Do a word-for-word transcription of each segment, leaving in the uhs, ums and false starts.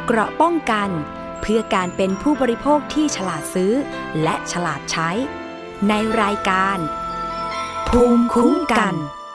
เกราะป้องกันเพื่อการเป็นผู้บริโภคที่ฉลาดซื้อและฉลาดใช้ในรายการภูมิคุ้มกัน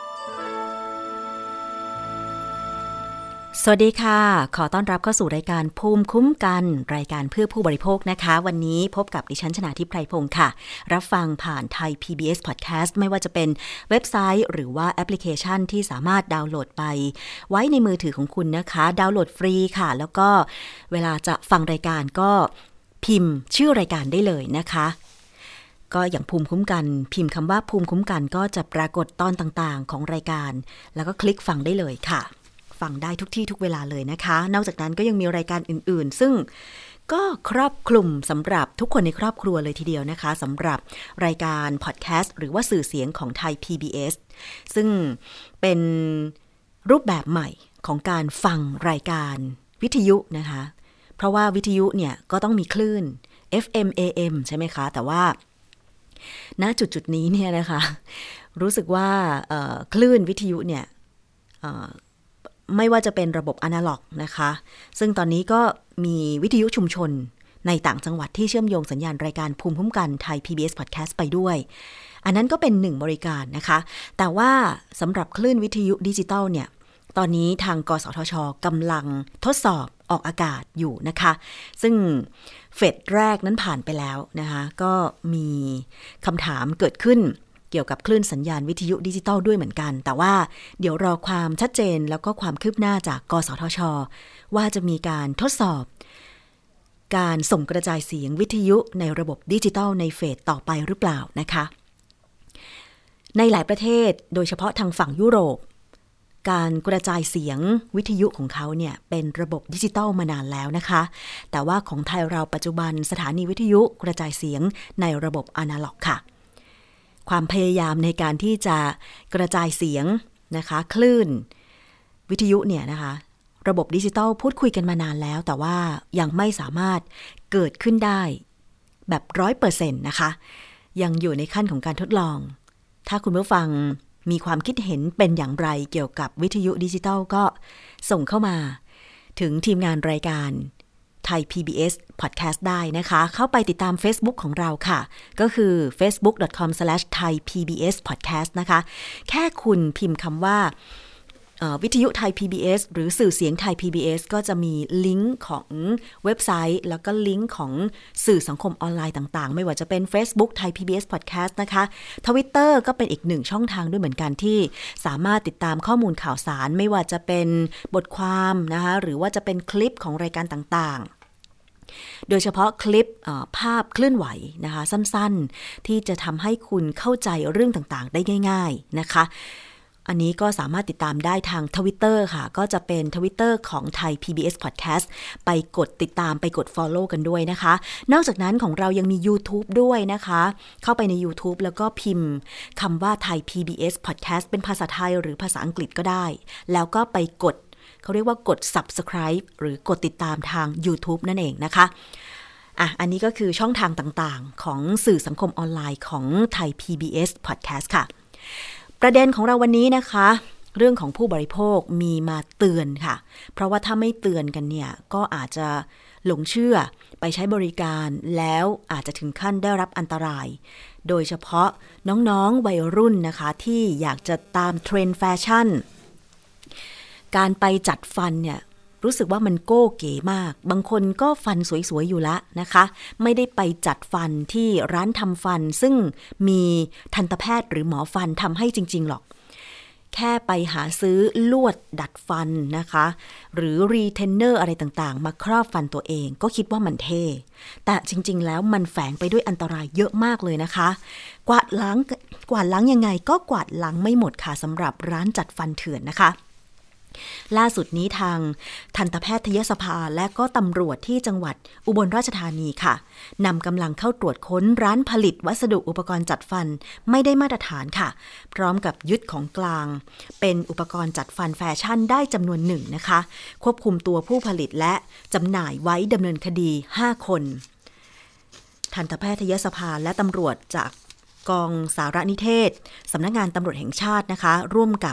สวัสดีค่ะขอต้อนรับเข้าสู่รายการภูมิคุ้มกันรายการเพื่อผู้บริโภคนะคะวันนี้พบกับดิฉันชนาทิพย์ไพรพงศ์ค่ะรับฟังผ่านไทย พี บี เอส Podcast ไม่ว่าจะเป็นเว็บไซต์หรือว่าแอปพลิเคชันที่สามารถดาวน์โหลดไปไว้ในมือถือของคุณนะคะดาวน์โหลดฟรีค่ะแล้วก็เวลาจะฟังรายการก็พิมพ์ชื่อรายการได้เลยนะคะก็อย่างภูมิคุ้มกันพิมพ์คำว่าภูมิคุ้มกันก็จะปรากฏตอนต่างๆของรายการแล้วก็คลิกฟังได้เลยค่ะฟังได้ทุกที่ทุกเวลาเลยนะคะนอกจากนั้นก็ยังมีรายการอื่นๆซึ่งก็ครอบคลุมสำหรับทุกคนในครอบครัวเลยทีเดียวนะคะสำหรับรายการพอดแคสต์หรือว่าสื่อเสียงของไทย พี บี เอส ซึ่งเป็นรูปแบบใหม่ของการฟังรายการวิทยุนะคะเพราะว่าวิทยุเนี่ยก็ต้องมีคลื่น เอฟ เอ็ม เอ เอ็ม ใช่ไหมคะแต่ว่าณจุดๆนี้เนี่ยนะคะรู้สึกว่าคลื่นวิทยุเนี่ยไม่ว่าจะเป็นระบบอนาล็อกนะคะซึ่งตอนนี้ก็มีวิทยุชุมชนในต่างจังหวัดที่เชื่อมโยงสัญญาณรายการภูมิคุ้มกันไทย พี บี เอส Podcast ไปด้วยอันนั้นก็เป็นหนึ่งบริการนะคะแต่ว่าสำหรับคลื่นวิทยุดิจิตอลเนี่ยตอนนี้ทางกสทช.กำลังทดสอบออกอากาศอยู่นะคะซึ่งเฟสแรกนั้นผ่านไปแล้วนะคะก็มีคำถามเกิดขึ้นเกี่ยวกับคลื่นสัญญาณวิทยุดิจิตอลด้วยเหมือนกันแต่ว่าเดี๋ยวรอความชัดเจนแล้วก็ความคืบหน้าจากกสทช.ว่าจะมีการทดสอบการส่งกระจายเสียงวิทยุในระบบดิจิตอลในเฟสต่อไปหรือเปล่านะคะในหลายประเทศโดยเฉพาะทางฝั่งยุโรปการกระจายเสียงวิทยุของเขาเนี่ยเป็นระบบดิจิตอลมานานแล้วนะคะแต่ว่าของไทยเราปัจจุบันสถานีวิทยุกระจายเสียงในระบบอนาล็อกค่ะความพยายามในการที่จะกระจายเสียงนะคะคลื่นวิทยุเนี่ยนะคะระบบดิจิตอลพูดคุยกันมานานแล้วแต่ว่ายังไม่สามารถเกิดขึ้นได้แบบ ร้อยเปอร์เซ็นต์ นะคะยังอยู่ในขั้นของการทดลองถ้าคุณผู้ฟังมีความคิดเห็นเป็นอย่างไรเกี่ยวกับวิทยุดิจิตอลก็ส่งเข้ามาถึงทีมงานรายการไทย พี บี เอส Podcast ได้นะคะเข้าไปติดตาม Facebook ของเราค่ะก็คือ เฟซบุ๊ก ดอท คอม สแลช ไทย พี บี เอส พอดแคสต์ นะคะแค่คุณพิมพ์คำว่าวิทยุไทย พี บี เอส หรือสื่อเสียงไทย พี บี เอส ก็จะมีลิงก์ของเว็บไซต์แล้วก็ลิงก์ของสื่อสังคมออนไลน์ต่างๆไม่ว่าจะเป็น Facebook ไทย พี บี เอส Podcast นะคะ Twitter ก็เป็นอีกหนึ่งช่องทางด้วยเหมือนกันที่สามารถติดตามข้อมูลข่าวสารไม่ว่าจะเป็นบทความนะคะหรือว่าจะเป็นคลิปของรายการต่างๆโดยเฉพาะคลิปภาพเคลื่อนไหวนะคะสั้นๆที่จะทำให้คุณเข้าใจเรื่องต่างๆได้ง่ายๆนะคะอันนี้ก็สามารถติดตามได้ทาง Twitter ค่ะก็จะเป็น Twitter ของไทย พี บี เอส Podcast ไปกดติดตามไปกด Follow กันด้วยนะคะนอกจากนั้นของเรายังมี YouTube ด้วยนะคะเข้าไปใน YouTube แล้วก็พิมพ์คำว่าไทย พี บี เอส Podcast เป็นภาษาไทยหรือภาษาอังกฤษก็ได้แล้วก็ไปกดเขาเรียกว่ากด Subscribe หรือกดติดตามทาง YouTube นั่นเองนะคะอ่ะอันนี้ก็คือช่องทางต่างๆของสื่อสังคมออนไลน์ของไทย พี บี เอส Podcast ค่ะประเด็นของเราวันนี้นะคะเรื่องของผู้บริโภคมีมาเตือนค่ะเพราะว่าถ้าไม่เตือนกันเนี่ยก็อาจจะหลงเชื่อไปใช้บริการแล้วอาจจะถึงขั้นได้รับอันตรายโดยเฉพาะน้องๆวัยรุ่นนะคะที่อยากจะตามเทรนด์แฟชั่นการไปจัดฟันเนี่ยรู้สึกว่ามันโก้เก๋มากบางคนก็ฟันสวยๆอยู่ละนะคะไม่ได้ไปจัดฟันที่ร้านทำฟันซึ่งมีทันตแพทย์หรือหมอฟันทำให้จริงๆหรอกแค่ไปหาซื้อลวดดัดฟันนะคะหรือรีเทนเนอร์อะไรต่างๆมาครอบฟันตัวเองก็คิดว่ามันเท่แต่จริงๆแล้วมันแฝงไปด้วยอันตรายเยอะมากเลยนะคะกวาดล้างกวาดล้างยังไงก็กวาดล้างไม่หมดค่ะสำหรับร้านจัดฟันเถื่อนนะคะล่าสุดนี้ทางทันตแพทยสภาและก็ตำรวจที่จังหวัดอุบลราชธานีค่ะนำกำลังเข้าตรวจค้นร้านผลิตวัสดุอุปกรณ์จัดฟันไม่ได้มาตรฐานค่ะพร้อมกับยึดของกลางเป็นอุปกรณ์จัดฟันแฟชั่นได้จำนวนหนึ่งนะคะควบคุมตัวผู้ผลิตและจำหน่ายไว้ดำเนินคดีห้าคนทันตแพทยสภาและตำรวจจากกองสารนิเทศสำนักงานตำรวจแห่งชาตินะคะร่วมกับ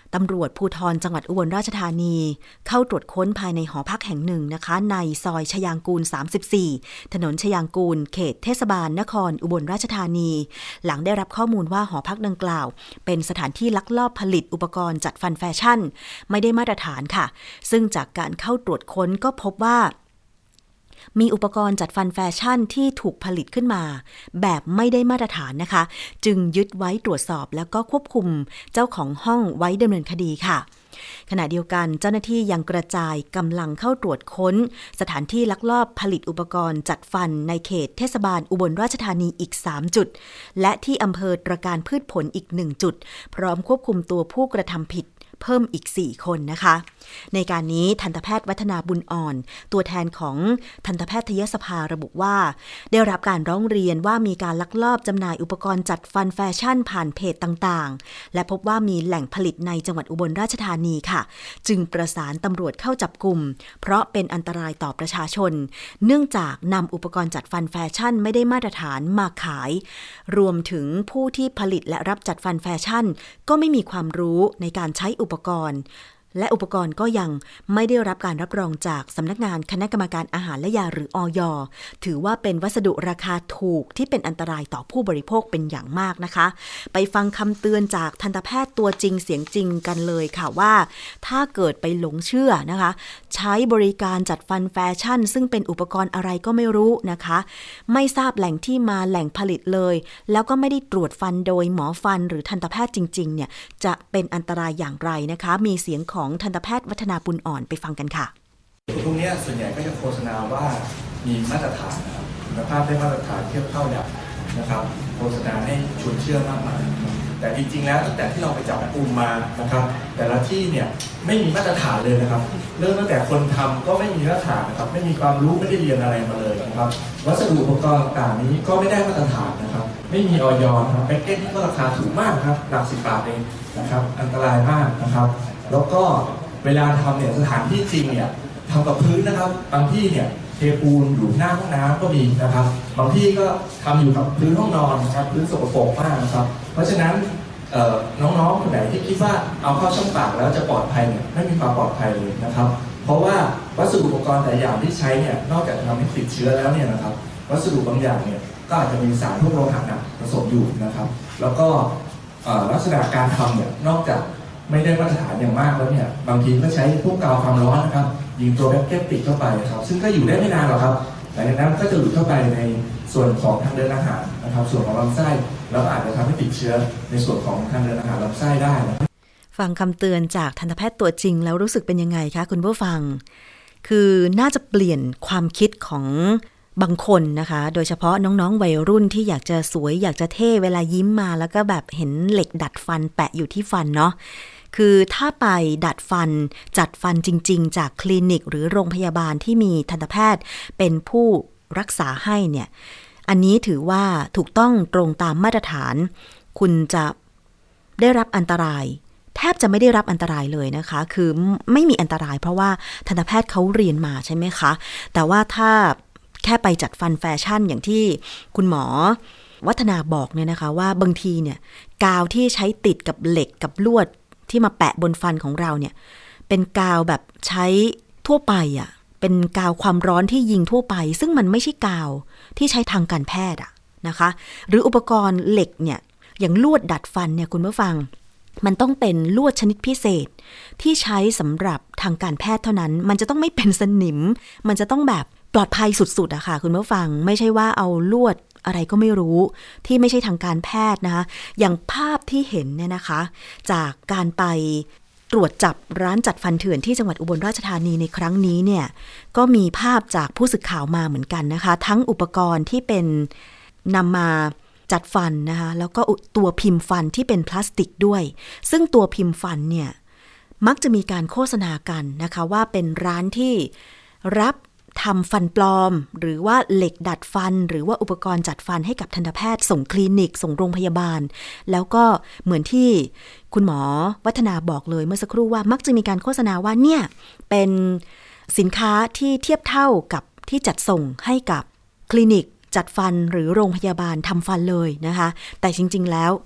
ตำรวจภูธรจังหวัดอุบลราชธานีเข้าตรวจค้นภายในหอพักแห่งหนึ่งนะคะในซอยชยางกูลสามสิบสี่ถนนชยางกูลเขตเทศบาลนครอุบลราชธานีหลังได้รับข้อมูลว่าหอพักดังกล่าวเป็นสถานที่ลักลอบผลิตอุปกรณ์จัดฟันแฟชั่นไม่ได้มาตรฐานค่ะซึ่งจากการเข้าตรวจค้นก็พบว่ามีอุปกรณ์จัดฟันแฟชั่นที่ถูกผลิตขึ้นมาแบบไม่ได้มาตรฐานนะคะจึงยึดไว้ตรวจสอบแล้วก็ควบคุมเจ้าของห้องไว้ดำเนินคดีค่ะขณะเดียวกันเจ้าหน้าที่ยังกระจายกำลังเข้าตรวจค้นสถานที่ลักลอบผลิตอุปกรณ์จัดฟันในเขตเทศบาลอุบลราชธานีอีกสามจุดและที่อำเภอตระการพืชผลอีกหนึ่งจุดพร้อมควบคุมตัวผู้กระทำผิดเพิ่มอีกสี่คนนะคะในการนี้ทันตแพทย์วัฒนาบุญอ่อนตัวแทนของทันตแพทยสภาระบุว่าได้รับการร้องเรียนว่ามีการลักลอบจำหน่ายอุปกรณ์จัดฟันแฟชั่นผ่านเพจต่างๆและพบว่ามีแหล่งผลิตในจังหวัดอุบลราชธานีค่ะจึงประสานตำรวจเข้าจับกุมเพราะเป็นอันตรายต่อประชาชนเนื่องจากนำอุปกรณ์จัดฟันแฟชั่นไม่ได้มาตรฐานมาขายรวมถึงผู้ที่ผลิตและรับจัดฟันแฟชั่นก็ไม่มีความรู้ในการใช้อุปกรณ์และอุปกรณ์ก็ยังไม่ได้รับการรับรองจากสำนักงานคณะกรรมการอาหารและยาหรืออย.ถือว่าเป็นวัสดุราคาถูกที่เป็นอันตรายต่อผู้บริโภคเป็นอย่างมากนะคะไปฟังคำเตือนจากทันตแพทย์ตัวจริงเสียงจริงกันเลยค่ะว่าถ้าเกิดไปหลงเชื่อนะคะใช้บริการจัดฟันแฟชั่นซึ่งเป็นอุปกรณ์อะไรก็ไม่รู้นะคะไม่ทราบแหล่งที่มาแหล่งผลิตเลยแล้วก็ไม่ได้ตรวจฟันโดยหมอฟันหรือทันตแพทย์จริงๆเนี่ยจะเป็นอันตรายอย่างไรนะคะมีเสียงของทันตแพทย์วัฒนาบุญอ่อนไปฟังกันค่ะพวกนี้ส่วนใหญ่ก็จะโฆษณาว่ามีมาตรฐานนะครับคุณภาพได้มาตรฐานเทียบเท่าอย่างนะครับโฆษณาให้ชวนเชื่อมากมายแต่จริงๆแล้วตั้งแต่ที่เราไปจับกลุ่มมานะครับแต่ละที่เนี่ยไม่มีมาตรฐานเลยนะครับเริ่มตั้งแต่คนทำก็ไม่มีมาตรฐานนะครับไม่มีความรู้ไม่ได้เรียนอะไรมาเลยนะครับวัสดุอุปกรณ์ต่างๆนี้ก็ไม่ได้มาตรฐานนะครับไม่มีออยนะครับแพ็กเกจที่ก็ราคาถูกมากครับหลักสิบบาทเองนะครับอันตรายมากนะครับแล้วก็เวลาทำเนี่ยสถานที่จริงเนี่ยทำกับพื้นนะครับบางที่เนี่ยเทปูนอยู่หน้าห้องน้ำก็มีนะครับบางที่ก็ทำอยู่กับพื้นห้องนอนนะครับพื้นสกปรกมากนะครับเพราะฉะนั้นน้องๆคนไหนที่คิดว่าเอาเข้าช่องปากแล้วจะปลอดภัยเนี่ยไม่มีความปลอดภัยเลยนะครับเพราะว่าวัสดุอุปกรณ์แต่ละอย่างที่ใช้เนี่ยนอกจากทำให้ติดเชื้อแล้วเนี่ยนะครับวัสดุบางอย่างเนี่ยก็อาจจะมีสารพวกโลหะหนักผสมอยู่นะครับแล้วก็ลักษณะการทำเนี่ยนอกจากไม่ได้มาตรฐานอย่างมากแล้วเนี่ยบางทีก็ใช้พวกกาวความร้อนนะครับยิงตัวแบคเกอร์ติดเข้าไปครับซึ่งก็อยู่ได้ไม่นานหรอกครับหลังจากนั้นก็จะหลุดเข้าไปในส่วนของทางเดินอาหารนะครับส่วนของลำไส้แล้วอาจจะทำให้ติดเชื้อในส่วนของทางเดินอาหารลำไส้ได้นะฟังคำเตือนจากทันตแพทย์ตัวจริงแล้วรู้สึกเป็นยังไงคะคุณผู้ฟังคือน่าจะเปลี่ยนความคิดของบางคนนะคะโดยเฉพาะน้องๆวัยรุ่นที่อยากจะสวยอยากจะเท่เวลายิ้มมาแล้วก็แบบเห็นเหล็กดัดฟันแปะอยู่ที่ฟันเนาะคือถ้าไปดัดฟันจัดฟันจริงๆจากคลินิกหรือโรงพยาบาลที่มีทันตแพทย์เป็นผู้รักษาให้เนี่ยอันนี้ถือว่าถูกต้องตรงตามมาตรฐานคุณจะได้รับอันตรายแทบจะไม่ได้รับอันตรายเลยนะคะคือไม่มีอันตรายเพราะว่าทันตแพทย์เขาเรียนมาใช่ไหมคะแต่ว่าถ้าแค่ไปจัดฟันแฟชั่นอย่างที่คุณหมอวัฒนาบอกเนี่ยนะคะว่าบางทีเนี่ยกาวที่ใช้ติดกับเหล็กกับลวดที่มาแปะบนฟันของเราเนี่ยเป็นกาวแบบใช้ทั่วไปอ่ะเป็นกาวความร้อนที่ยิงทั่วไปซึ่งมันไม่ใช่กาวที่ใช้ทางการแพทย์อ่ะนะคะหรืออุปกรณ์เหล็กเนี่ยอย่างลวดดัดฟันเนี่ยคุณผู้ฟังมันต้องเป็นลวดชนิดพิเศษที่ใช้สำหรับทางการแพทย์เท่านั้นมันจะต้องไม่เป็นสนิมมันจะต้องแบบปลอดภัยสุดๆอะค่ะคุณผู้ฟังไม่ใช่ว่าเอาลวดอะไรก็ไม่รู้ที่ไม่ใช่ทางการแพทย์นะคะอย่างภาพที่เห็นเนี่ยนะคะจากการไปตรวจจับร้านจัดฟันเถื่อนที่จังหวัดอุบลราชธานีในครั้งนี้เนี่ยก็มีภาพจากผู้สื่อข่าวมาเหมือนกันนะคะทั้งอุปกรณ์ที่เป็นนำมาจัดฟันนะคะแล้วก็ตัวพิมพ์ฟันที่เป็นพลาสติกด้วยซึ่งตัวพิมพ์ฟันเนี่ยมักจะมีการโฆษณากันนะคะว่าเป็นร้านที่รับทำฟันปลอมหรือว่าเหล็กดัดฟันหรือว่าอุปกรณ์จัดฟันให้กับทันตแพทย์ส่งคลินิกส่งโรงพยาบาลแล้วก็เหมือนที่คุณหมอวัฒนาบอกเลยเมื่อสักครู่ว่ามักจะมีการโฆษณาว่าเนี่ยเป็นสินค้าที่เทียบเท่ากับที่จัดส่งให้กับคลินิกจัดฟันหรือโรงพยาบาลทำฟันเลยนะคะแต่จริงๆแล้ว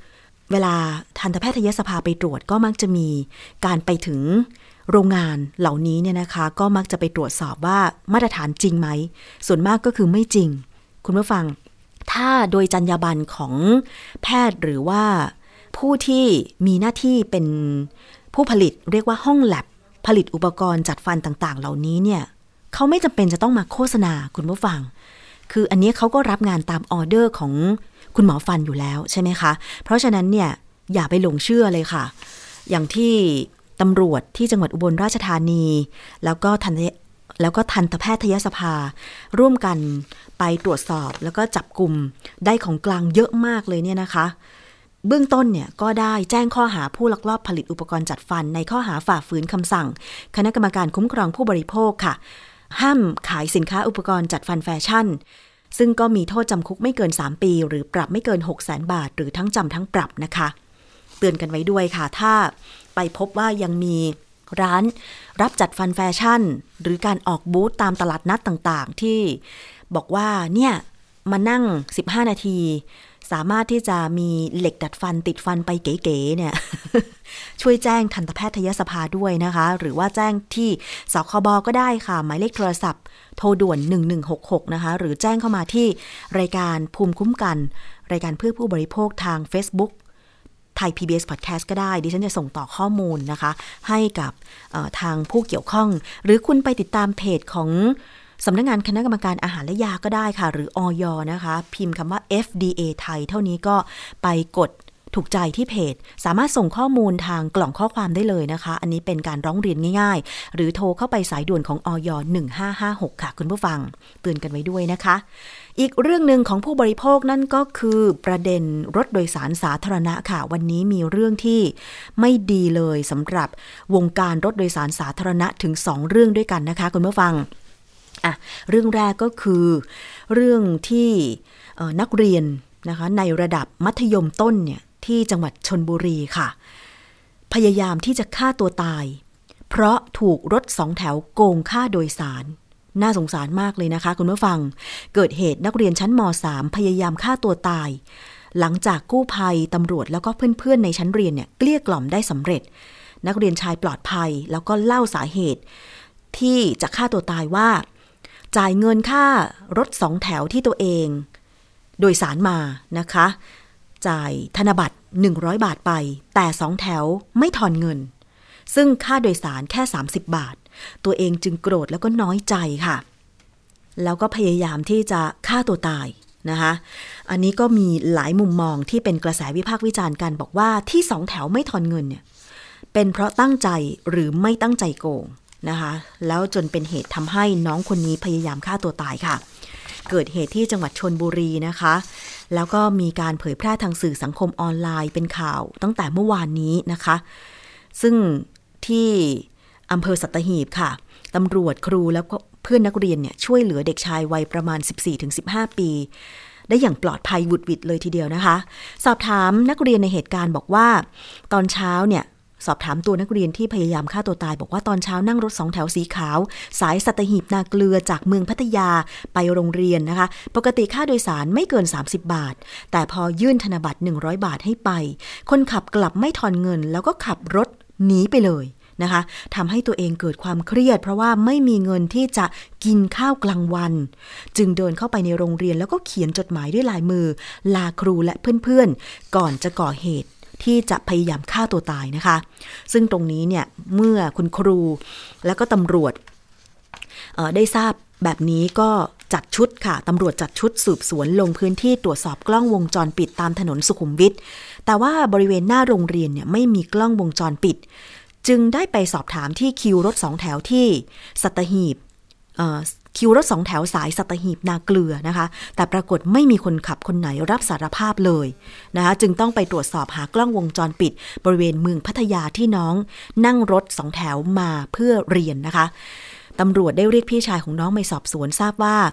เวลาทันตแพทยสภาไปตรวจก็มักจะมีการไปถึงโรงงานเหล่านี้เนี่ยนะคะก็มักจะไปตรวจสอบว่ามาตรฐานจริงไหมส่วนมากก็คือไม่จริงคุณผู้ฟังถ้าโดยจรรยาบรรณของแพทย์หรือว่าผู้ที่มีหน้าที่เป็นผู้ผลิตเรียกว่าห้องแลบผลิตอุปกรณ์จัดฟันต่างๆเหล่านี้เนี่ยเขาไม่จำเป็นจะต้องมาโฆษณาคุณผู้ฟังคืออันนี้เขาก็รับงานตามออเดอร์ของคุณหมอฟันอยู่แล้วใช่ไหมคะเพราะฉะนั้นเนี่ยอย่าไปหลงเชื่อเลยค่ะอย่างที่ตำรวจที่จังหวัดอุบลราชธานีแล้วก็ทันแล้วก็ทันตแพทยสภาร่วมกันไปตรวจสอบแล้วก็จับกลุ่มได้ของกลางเยอะมากเลยเนี่ยนะคะเบื้องต้นเนี่ยก็ได้แจ้งข้อหาผู้ลักลอบผลิตอุปกรณ์จัดฟันในข้อหาฝ่าฝืนคำสั่งคณะกรรมการคุ้มครองผู้บริโภคค่ะห้ามขายสินค้าอุปกรณ์จัดฟันแฟชั่นซึ่งก็มีโทษจำคุกไม่เกินสามปีหรือปรับไม่เกิน หกแสน บาทหรือทั้งจำทั้งปรับนะคะเตือนกันไว้ด้วยค่ะถ้าไปพบว่ายังมีร้านรับจัดฟันแฟชั่นหรือการออกบูธตามตลาดนัดต่างๆที่บอกว่าเนี่ยมานั่งสิบห้านาทีสามารถที่จะมีเหล็กดัดฟันติดฟันไปเก๋ๆเนี่ย ช่วยแจ้งทันตแพทยสภาด้วยนะคะหรือว่าแจ้งที่สคบก็ได้ค่ะหมายเลขโทรศัพท์โทรด่วนหนึ่งหนึ่งหกหกนะคะหรือแจ้งเข้ามาที่รายการภูมิคุ้มกันรายการเพื่อผู้บริโภคทาง Facebook ไทย พี บี เอส Podcast ก็ได้ดิฉันจะส่งต่อข้อมูลนะคะให้กับทางผู้เกี่ยวข้องหรือคุณไปติดตามเพจของสำนักงานคณะกรรมการอาหารและยาก็ได้ค่ะหรืออย.นะคะพิมพ์คำว่า เอฟ ดี เอ ไทยเท่านี้ก็ไปกดถูกใจที่เพจสามารถส่งข้อมูลทางกล่องข้อความได้เลยนะคะอันนี้เป็นการร้องเรียนง่ายๆหรือโทรเข้าไปสายด่วนของอย.หนึ่งห้าห้าหกค่ะคุณผู้ฟังเตือนกันไว้ด้วยนะคะอีกเรื่องนึงของผู้บริโภคนั่นก็คือประเด็นรถโดยสารสาธารณะค่ะวันนี้มีเรื่องที่ไม่ดีเลยสำหรับวงการรถโดยสารสาธารณะถึงสองเรื่องด้วยกันนะคะคุณผู้ฟังอ่ะเรื่องแรกก็คือเรื่องที่นักเรียนนะคะในระดับมัธยมต้นเนี่ยที่จังหวัดชลบุรีค่ะพยายามที่จะฆ่าตัวตายเพราะถูกรถสองแถวโกงค่าโดยสารน่าสงสารมากเลยนะคะคุณผู้ฟังเกิดเหตุนักเรียนชั้นม.สาม พยายามฆ่าตัวตายหลังจากกู้ภัยตำรวจแล้วก็เพื่อนๆในชั้นเรียนเนี่ยเกลี้ยกล่อมได้สำเร็จนักเรียนชายปลอดภัยแล้วก็เล่าสาเหตุที่จะฆ่าตัวตายว่าจ่ายเงินค่ารถสองแถวที่ตัวเองโดยสารมานะคะจ่ายธนบัตรหนึ่งร้อยบาทไปแต่สองแถวไม่ทอนเงินซึ่งค่าโดยสารแค่สามสิบบาทตัวเองจึงโกรธแล้วก็น้อยใจค่ะแล้วก็พยายามที่จะฆ่าตัวตายนะคะอันนี้ก็มีหลายมุมมองที่เป็นกระแสวิพากษ์วิจารณ์กันบอกว่าที่สองแถวไม่ทอนเงินเนี่ยเป็นเพราะตั้งใจหรือไม่ตั้งใจโกงนะคะแล้วจนเป็นเหตุทำให้น้องคนนี้พยายามฆ่าตัวตายค่ะเกิดเหตุที่จังหวัดชลบุรีนะคะแล้วก็มีการเผยแพร่ทางสื่อสังคมออนไลน์เป็นข่าวตั้งแต่เมื่อวานนี้นะคะซึ่งที่อำเภอสัตหีบค่ะตำรวจครูแล้วก็เพื่อนนักเรียนเนี่ยช่วยเหลือเด็กชายวัยประมาณ สิบสี่ถึงสิบห้า ปีได้อย่างปลอดภัยหวุดหวิดเลยทีเดียวนะคะสอบถามนักเรียนในเหตุการณ์บอกว่าตอนเช้าเนี่ยสอบถามตัวนักเรียนที่พยายามฆ่าตัวตายบอกว่าตอนเช้านั่งรถสองแถวสีขาวสายสัตหีบนาเกลือจากเมืองพัทยาไปโรงเรียนนะคะปกติค่าโดยสารไม่เกินสามสิบบาทแต่พอยื่นธนบัตรหนึ่งร้อยบาทให้ไปคนขับกลับไม่ทอนเงินแล้วก็ขับรถหนีไปเลยนะคะทำให้ตัวเองเกิดความเครียดเพราะว่าไม่มีเงินที่จะกินข้าวกลางวันจึงเดินเข้าไปในโรงเรียนแล้วก็เขียนจดหมายด้วยลายมือลาครูและเพื่อนๆก่อนจะก่อเหตุที่จะพยายามฆ่าตัวตายนะคะซึ่งตรงนี้เนี่ยเมื่อคุณครูและก็ตำรวจได้ทราบแบบนี้ก็จัดชุดค่ะตำรวจจัดชุดสืบสวนลงพื้นที่ตรวจสอบกล้องวงจรปิดตามถนนสุขุมวิทแต่ว่าบริเวณหน้าโรงเรียนเนี่ยไม่มีกล้องวงจรปิดจึงได้ไปสอบถามที่คิวรถสองแถวที่สัตหีบคิวรถสองแถวสายสัตหีบนาเกลือนะคะแต่ปรากฏไม่มีคนขับคนไหนรับสารภาพเลยนะคะจึงต้องไปตรวจสอบหากล้องวงจรปิดบริเวณเมืองพัทยาที่น้องนั่งรถสองแถวมาเพื่อเรียนนะคะตำรวจได้เรียกพี่ชายของน้องไปสอบสวนทราบว่า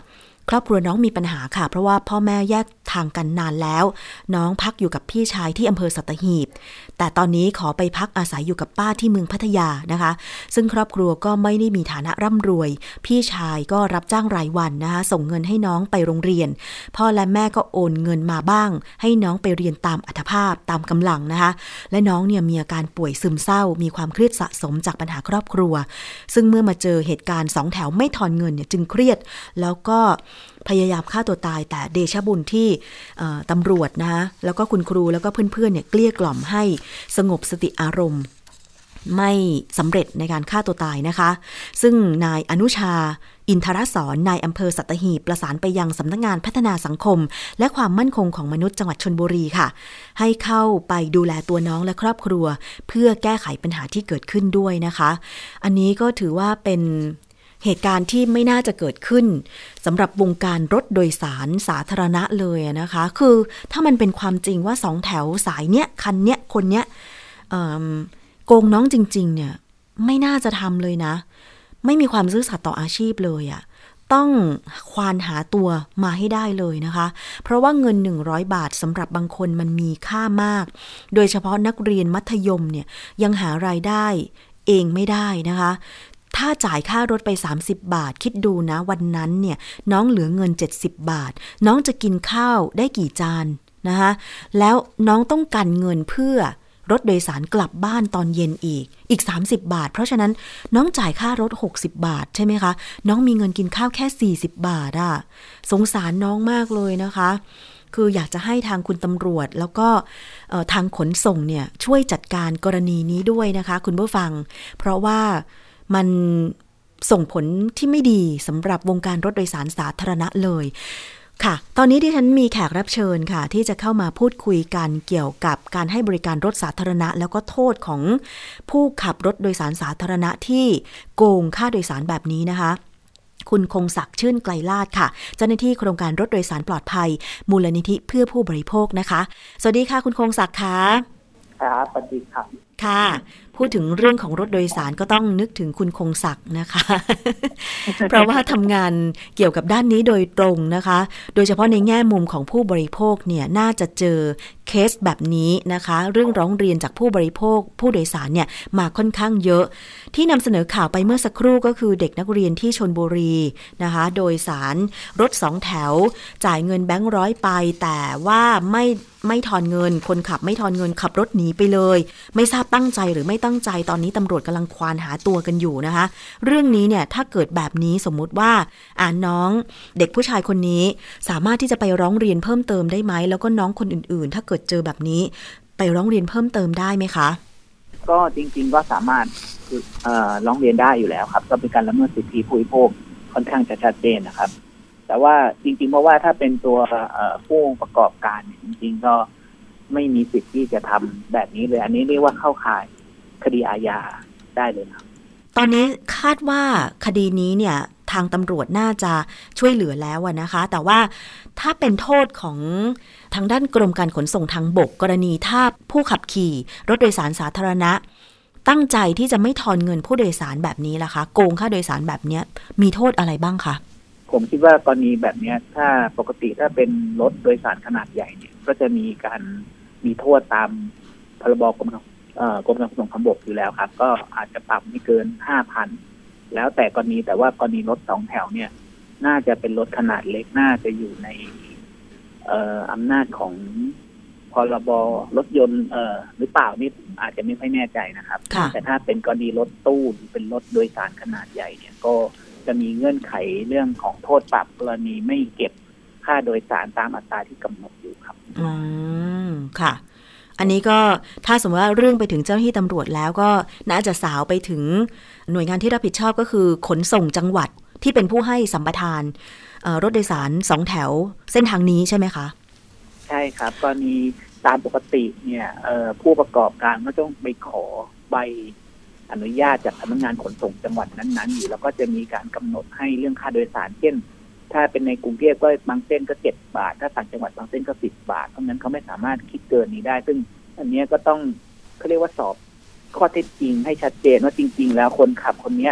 ครอบครัวน้องมีปัญหาค่ะเพราะว่าพ่อแม่แยกทางกันนานแล้วน้องพักอยู่กับพี่ชายที่อำเภอสัตหีบแต่ตอนนี้ขอไปพักอาศัยอยู่กับป้าที่เมืองพัทยานะคะซึ่งครอบครัวก็ไม่ได้มีฐานะร่ำรวยพี่ชายก็รับจ้างรายวันนะคะส่งเงินให้น้องไปโรงเรียนพ่อและแม่ก็โอนเงินมาบ้างให้น้องไปเรียนตามอัตภาพตามกำลังนะคะและน้องเนี่ยมีอาการป่วยซึมเศร้ามีความเครียดสะสมจากปัญหาครอบครัวซึ่งเมื่อมาเจอเหตุการณ์สองแถวไม่ทอนเงินเนี่ยจึงเครียดแล้วก็พยายามฆ่าตัวตายแต่เดชะบุญที่ตำรวจนะคะแล้วก็คุณครูแล้วก็เพื่อนๆเนี่ยเกลี้ยกล่อมให้สงบสติอารมณ์ไม่สำเร็จในการฆ่าตัวตายนะคะซึ่งนายอนุชาอินทรสอนนายอำเภอสัตหีบประสานไปยังสำนักงานพัฒนาสังคมและความมั่นคงของมนุษย์จังหวัดชลบุรีค่ะให้เข้าไปดูแลตัวน้องและครอบครัวเพื่อแก้ไขปัญหาที่เกิดขึ้นด้วยนะคะอันนี้ก็ถือว่าเป็นเหตุการณ์ที่ไม่น่าจะเกิดขึ้นสำหรับวงการรถโดยสารสาธารณะเลยนะคะคือถ้ามันเป็นความจริงว่าสองแถวสายเนี้ยคันเนี้ยคนเนี้ยโกงน้องจริงๆเนี่ยไม่น่าจะทำเลยนะไม่มีความซื่อสัตย์ต่ออาชีพเลยอ่ะต้องควานหาตัวมาให้ได้เลยนะคะเพราะว่าเงินหนึ่งร้อยบาทสำหรับบางคนมันมีค่ามากโดยเฉพาะนักเรียนมัธยมเนี่ยยังหารายได้เองไม่ได้นะคะถ้าจ่ายค่ารถไปสามสิบบาทคิดดูนะวันนั้นเนี่ยน้องเหลือเงินเจ็ดสิบบาทน้องจะกินข้าวได้กี่จานนะคะแล้วน้องต้องกันเงินเพื่อรถโดยสารกลับบ้านตอนเย็นอีกอีกสามสิบบาทเพราะฉะนั้นน้องจ่ายค่ารถหกสิบบาทใช่ไหมคะน้องมีเงินกินข้าวแค่สี่สิบบาทอ่ะสงสารน้องมากเลยนะคะคืออยากจะให้ทางคุณตำรวจแล้วก็ทางขนส่งเนี่ยช่วยจัดการกรณีนี้ด้วยนะคะคุณผู้ฟังเพราะว่ามันส่งผลที่ไม่ดีสำหรับวงการรถโดยสารสาธารณะเลยค่ะตอนนี้ที่ฉันมีแขกรับเชิญค่ะที่จะเข้ามาพูดคุยกันเกี่ยวกับการให้บริการรถสาธารณะแล้วก็โทษของผู้ขับรถโดยสารสาธารณะที่โกงค่าโดยสารแบบนี้นะคะคุณคงศักดิ์ชื่นไกลลาภค่ะเจ้าหน้าที่โครงการรถโดยสารปลอดภัยมูลนิธิเพื่อผู้บริโภคนะคะสวัสดีค่ะคุณคงศักดิ์ค่ะครับสวัสดีครับค่ะพูดถึงเรื่องของรถโดยสารก็ต้องนึกถึงคุณคงศักดิ์นะคะ เพราะว่าทำงานเกี่ยวกับด้านนี้โดยตรงนะคะโดยเฉพาะในแง่มุมของผู้บริโภคเนี่ยน่าจะเจอเคสแบบนี้นะคะเรื่องร้องเรียนจากผู้บริโภคผู้โดยสารเนี่ยมาค่อนข้างเยอะที่นำเสนอข่าวไปเมื่อสักครู่ก็คือเด็กนักเรียนที่ชลบุรีนะคะโดยสารรถสองแถวจ่ายเงินแบงค์ร้อยไปแต่ว่าไม่ไม่ทอนเงินคนขับไม่ทอนเงินขับรถหนีไปเลยไม่ทราบตั้งใจหรือไม่ตั้งใจตอนนี้ตำรวจกำลังควานหาตัวกันอยู่นะคะเรื่องนี้เนี่ยถ้าเกิดแบบนี้สมมุติว่าอ่าน้องเด็กผู้ชายคนนี้สามารถที่จะไปร้องเรียนเพิ่มเติมได้ไหมแล้วก็น้องคนอื่นๆถ้าเกิดเจอแบบนี้ไปร้องเรียนเพิ่มเติมได้ไหมคะก็จริงๆก็สามารถเอ่อร้องเรียนได้อยู่แล้วครับก็เป็นการละเมิดสิทธิผู้บริโภคค่อนข้างจะชัดเจนนะครับแต่ว่าจริงๆเพราะว่าถ้าเป็นตัวผู้ประกอบการจริงๆก็ไม่มีสิทธิ์ที่จะทำแบบนี้เลยอันนี้เรียกว่าเข้าข่ายคดีอาญาได้เลยครับตอนนี้คาดว่าคดีนี้เนี่ยทางตำรวจน่าจะช่วยเหลือแล้วนะคะแต่ว่าถ้าเป็นโทษของทางด้านกรมการขนส่งทางบกกรณีถ้าผู้ขับขี่รถโดยสารสาธารณะตั้งใจที่จะไม่ทอนเงินผู้โดยสารแบบนี้ล่ะคะโกงค่าโดยสารแบบนี้มีโทษอะไรบ้างคะผมคิดว่ากรณีแบบนี้ถ้าปกติถ้าเป็นรถโดยสารขนาดใหญ่เนี่ยก็จะมีการมีโทษตามพรบกรมกรมการขนส่งทางบกอยู่แล้วครับก็อาจจะปรับไม่เกิน ห้าพัน แล้วแต่กรณีแต่ว่ากรณีรถสองแถวเนี่ยน่าจะเป็นรถขนาดเล็กน่าจะอยู่ในเอ่ออำนาจของพรบรถยนต์เอ่อหรือเปล่านี่อาจจะไม่ค่อยแน่ใจนะครับแต่ถ้าเป็นกรณีรถตู้หรือเป็นรถโดยสารขนาดใหญ่เนี่ยก็จะมีเงื่อนไขเรื่องของโทษปรับกรณีไม่เก็บค่าโดยสารตามอัตราที่กำหนดอยู่ครับอืมค่ะอันนี้ก็ถ้าสมมติว่าเรื่องไปถึงเจ้าหน้าที่ตำรวจแล้วก็น่าจะสาวไปถึงหน่วยงานที่รับผิดชอบก็คือขนส่งจังหวัดที่เป็นผู้ให้สัมปทานรถโดยสารสองแถวเส้นทางนี้ใช่ไหมคะใช่ครับกรณีตามปกติเนี่ยผู้ประกอบการก็ต้องไปขอใบอนุญาตจากสำนักงานขนส่งจังหวัดนั้นๆอยู่แล้วก็จะมีการกำหนดให้เรื่องค่าโดยสารเช่นถ้าเป็นในกรุงเทพก็บางเส้นก็เจ็ดบาทถ้าต่างจังหวัดบางเส้นก็สิบบาทเพราะงั้นเขาไม่สามารถคิดเกินนี้ได้ซึ่งอันนี้ก็ต้องเขาเรียกว่าสอบข้อเท็จจริงให้ชัดเจนว่าจริงๆแล้วคนขับคนนี้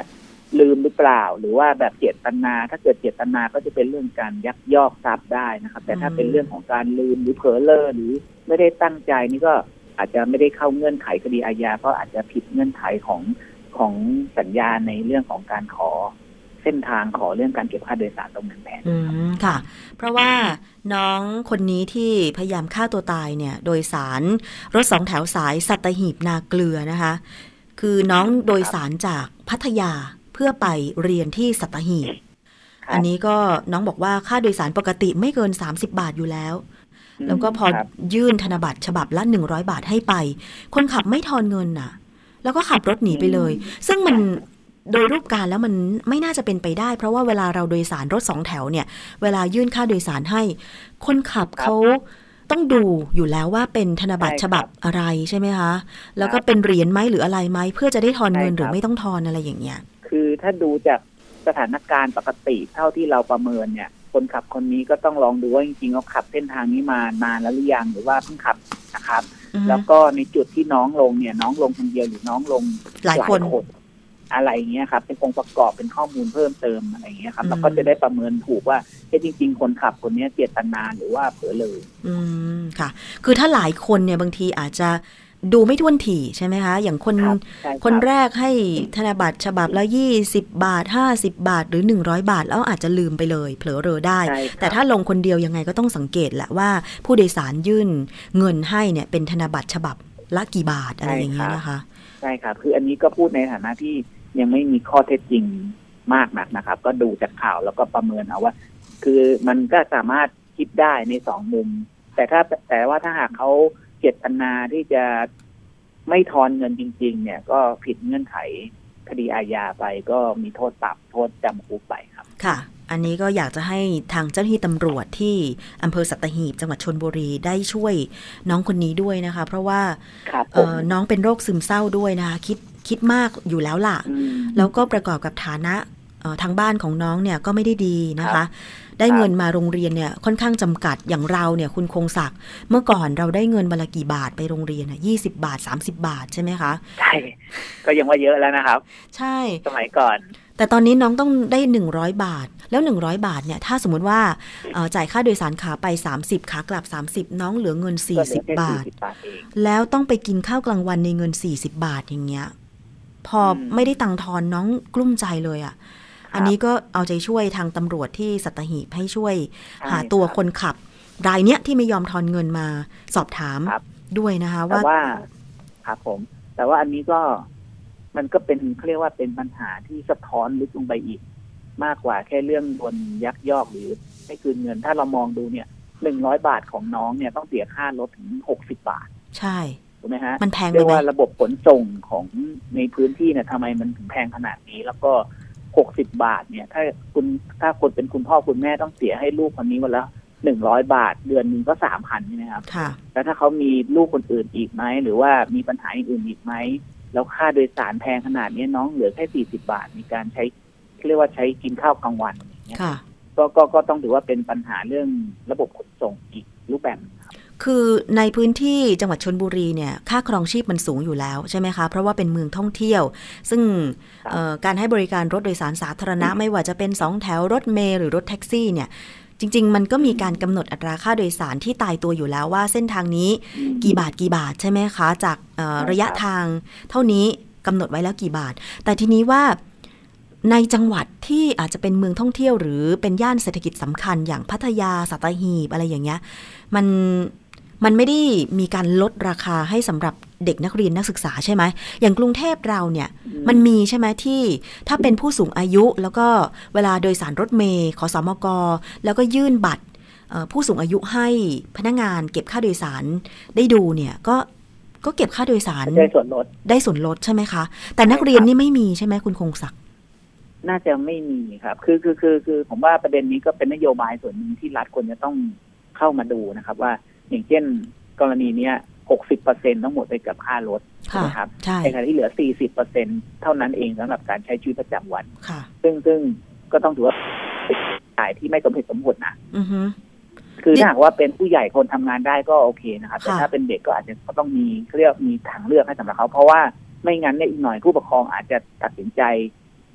ลืมหรือเปล่าหรือว่าแบบเจตนาถ้าเกิดเจตนาก็จะเป็นเรื่องการยักยอกทรัพย์ได้นะครับแต่ถ้าเป็นเรื่องของการลืมหรือเผลอเล่อหรือไม่ได้ตั้งใจนี่ก็อาจจะไม่ได้เข้าเงื่อนไขคดีอาญาเพราะอาจจะผิดเงื่อนไขของของสัญญาในเรื่องของการขอเส้นทางขอเรื่องการเก็บค่าโดยสารตรงนั้นแทนอืมค่ะเพราะว่าน้องคนนี้ที่พยายามฆ่าตัวตายเนี่ยโดยสารรถสองแถวสายสัตหีบนาเกลือนะคะคือน้องโดยสารจากพัทยาเพื่อไปเรียนที่สัตหีบอันนี้ก็น้องบอกว่าค่าโดยสารปกติไม่เกินสามสิบบาทอยู่แล้วแล้วก็พอยื่นธนบัตรฉบับละหนึ่งร้อยบาทให้ไปคนขับไม่ทอนเงินน่ะแล้วก็ขับรถหนีไปเลยซึ่งมันโดยรูปการแล้วมันไม่น่าจะเป็นไปได้เพราะว่าเวลาเราโดยสารรถสองแถวเนี่ยเวลายื่นค่าโดยสารให้คนขับเขาต้องดูอยู่แล้วว่าเป็นธนบัตรฉบับอะไรใช่ไหมคะแล้วก็เป็นเหรียญไหมหรืออะไรไหมเพื่อจะได้ทอนเงินหรือไม่ต้องทอนอะไรอย่างเงี้ยคือถ้าดูจากสถานการณ์ปกติเท่าที่เราประเมินเนี่ยคนขับคนนี้ก็ต้องลองดูว่าจริงๆเขาขับเส้นทางนี้มานานแล้วหรือยังหรือว่าเพิ่งขับนะครับแล้วก็ในจุดที่น้องลงเนี่ยน้องลงคนเดียวหรือน้องลงหลายคนอะไรเงี้ยครับเป็นองค์ประกอบเป็นข้อมูลเพิ่มเติมอะไรเงี้ยครับแล้วก็จะได้ประเมินถูกว่าจริงๆคนขับคนนี้เจตนาหรือว่าเผลอเลยอืมค่ะคือถ้าหลายคนเนี่ยบางทีอาจจะดูไม่ท่วนถี่ใช่ไหมคะอย่างคนคนแรกให้ธนบัตรฉบับละยี่สิบบาทห้าสิบบาทหรือหนึ่งร้อยบาทแล้วอาจจะลืมไปเลยเผลอเรอได้แต่ถ้าลงคนเดียวยังไงก็ต้องสังเกตแหละว่าผู้โดยสารยื่นเงินให้เนี่ยเป็นธนบัตรฉบับละกี่บาทอะไรอย่างเงี้ยนะคะใช่ครับคืออันนี้ก็พูดในฐานะที่ยังไม่มีข้อเท็จจริงมากนักนะครับก็ดูจากข่าวแล้วก็ประเมินเอาว่าคือมันก็สามารถคิดได้ในสองมุมแต่ถ้าแต่ว่าถ้าหากเขาเจตนาที่จะไม่ทอนเงินจริงๆเนี่ยก็ผิดเงื่อนไขคดีอาญาไปก็มีโทษปรับโทษจำคุกไปครับค่ะอันนี้ก็อยากจะให้ทางเจ้าหน้าที่ตำรวจที่อำเภอสัตหีบจังหวัดชลบุรีได้ช่วยน้องคนนี้ด้วยนะคะเพราะว่าน้องเป็นโรคซึมเศร้าด้วยนะคะคิดคิดมากอยู่แล้วล่ะแล้วก็ประกอบกับฐานะทางบ้านของน้องเนี่ยก็ไม่ได้ดีนะคะได้เงินมาโรงเรียนเนี่ยค่อนข้างจำกัดอย่างเราเนี่ยคุณคงศักดิ์เมื่อก่อนเราได้เงินวันละกี่บาทไปโรงเรียนอ่ะยี่สิบบาทสามสิบบาทใช่ไหมคะใช่ก็ยังว่าเยอะแล้วนะครับใช่สมัยก่อนแต่ตอนนี้น้องต้องได้หนึ่งร้อยบาทแล้วหนึ่งร้อยบาทเนี่ยถ้าสมมุติว่าจ่ายค่าโดยสารขาไปสามสิบขากลับสามสิบน้องเหลือเงินสี่สิบบาทแล้วต้องไปกินข้าวกลางวันในเงินสี่สิบบาทอย่างเงี้ยพอไม่ได้ตังค์ทอนน้องกลุ้มใจเลยอ่ะอันนี้ก็เอาใจช่วยทางตำรวจที่สัตหีบให้ช่วยหาตัวคนขับรายเนี้ยที่ไม่ยอมทอนเงินมาสอบถามด้วยนะคะว่าแต่ว่าครับผมแต่ว่าอันนี้ก็มันก็เป็นเขาเรียกว่าเป็นปัญหาที่สะท้อนลึกลงไปอีกมากกว่าแค่เรื่องโดนยักยอกหรือไม่คืนเงินถ้าเรามองดูเนี่ยหนึ่งร้อยบาทของน้องเนี่ยต้องเสียค่ารถถึงหกสิบบาทใช่ถูกไหมฮะมันแพงเรียกว่าระบบขนส่งของในพื้นที่เนี่ยทำไมมันถึงแพงขนาดนี้แล้วก็หกสิบบาทเนี่ยถ้าคุณถ้าคนเป็นคุณพ่อคุณแม่ต้องเสียให้ลูกคนนี้วันละหนึ่งร้อยบาทเดือนนึงก็สามพันใช่ไหมครับแล้วถ้าเขามีลูกคนอื่นอีกไหมหรือว่ามีปัญหาอื่นอีกไหมแล้วค่าโดยสารแพงขนาดนี้น้องเหลือแค่สี่สิบบาทในการใช้เรียกว่าใช้กินข้าวกลางวันอย่างเงี้ยก็ก็ก็ต้องถือว่าเป็นปัญหาเรื่องระบบขนส่งอีกรูปแบบคือในพื้นที่จังหวัดชลบุรีเนี่ยค่าครองชีพมันสูงอยู่แล้วใช่ไหมคะเพราะว่าเป็นเมืองท่องเที่ยวซึ่งการให้บริการรถโดยสารสาธารณะไม่ว่าจะเป็นสองแถวรถเมล์หรือรถแท็กซี่เนี่ยจริงๆมันก็มีการกำหนดอัตราค่าโดยสารที่ตายตัวอยู่แล้วว่าเส้นทางนี้กี่บาทกี่บาทใช่ไหมคะจากระยะทางเท่านี้กำหนดไว้แล้วกี่บาทแต่ทีนี้ว่าในจังหวัดที่อาจจะเป็นเมืองท่องเที่ยวหรือเป็นย่านเศรษฐกิจสำคัญอย่างพัทยาสัตหีบอะไรอย่างเงี้ยมันมันไม่ได้มีการลดราคาให้สำหรับเด็กนักเรียนนักศึกษาใช่ไหมอย่างกรุงเทพเราเนี่ยมันมีใช่ไหมที่ถ้าเป็นผู้สูงอายุแล้วก็เวลาโดยสารรถเมล์ขสมกแล้วก็ยื่นบัตรผู้สูงอายุให้พนักงานเก็บค่าโดยสารได้ดูเนี่ยก็ก็เก็บค่าโดยสารได้ส่วนลดได้ส่วนลดใช่ไหมคะแต่นักเรียนนี่ไม่มีใช่ไหมคุณคงศักดิ์น่าจะไม่มีครับคือคือคือคือผมว่าประเด็นนี้ก็เป็นนโยบายส่วนหนึ่งที่รัฐควรจะต้องเข้ามาดูนะครับว่าอย่างเช่นกรณีเนี้ย หกสิบเปอร์เซ็นต์ ทั้งหมดไปกับค่ารถนะครับในขณะที่เหลือ สี่สิบเปอร์เซ็นต์ เท่านั้นเองสำหรับการใช้ชีวิตประจำวันซึ่งซึ่งก็ต้องถือว่าเป็นจ่ายที่ไม่สมเหตุสมผลนะคือถ้าหากว่าเป็นผู้ใหญ่คนทำงานได้ก็โอเคนะครับแต่ถ้าเป็นเด็กก็อาจจะต้องมีเรียกมีทางเลือกให้สำหรับเขาเพราะว่าไม่งั้นเนี่ยอีกหน่อยผู้ปกครองอาจจะตัดสินใจ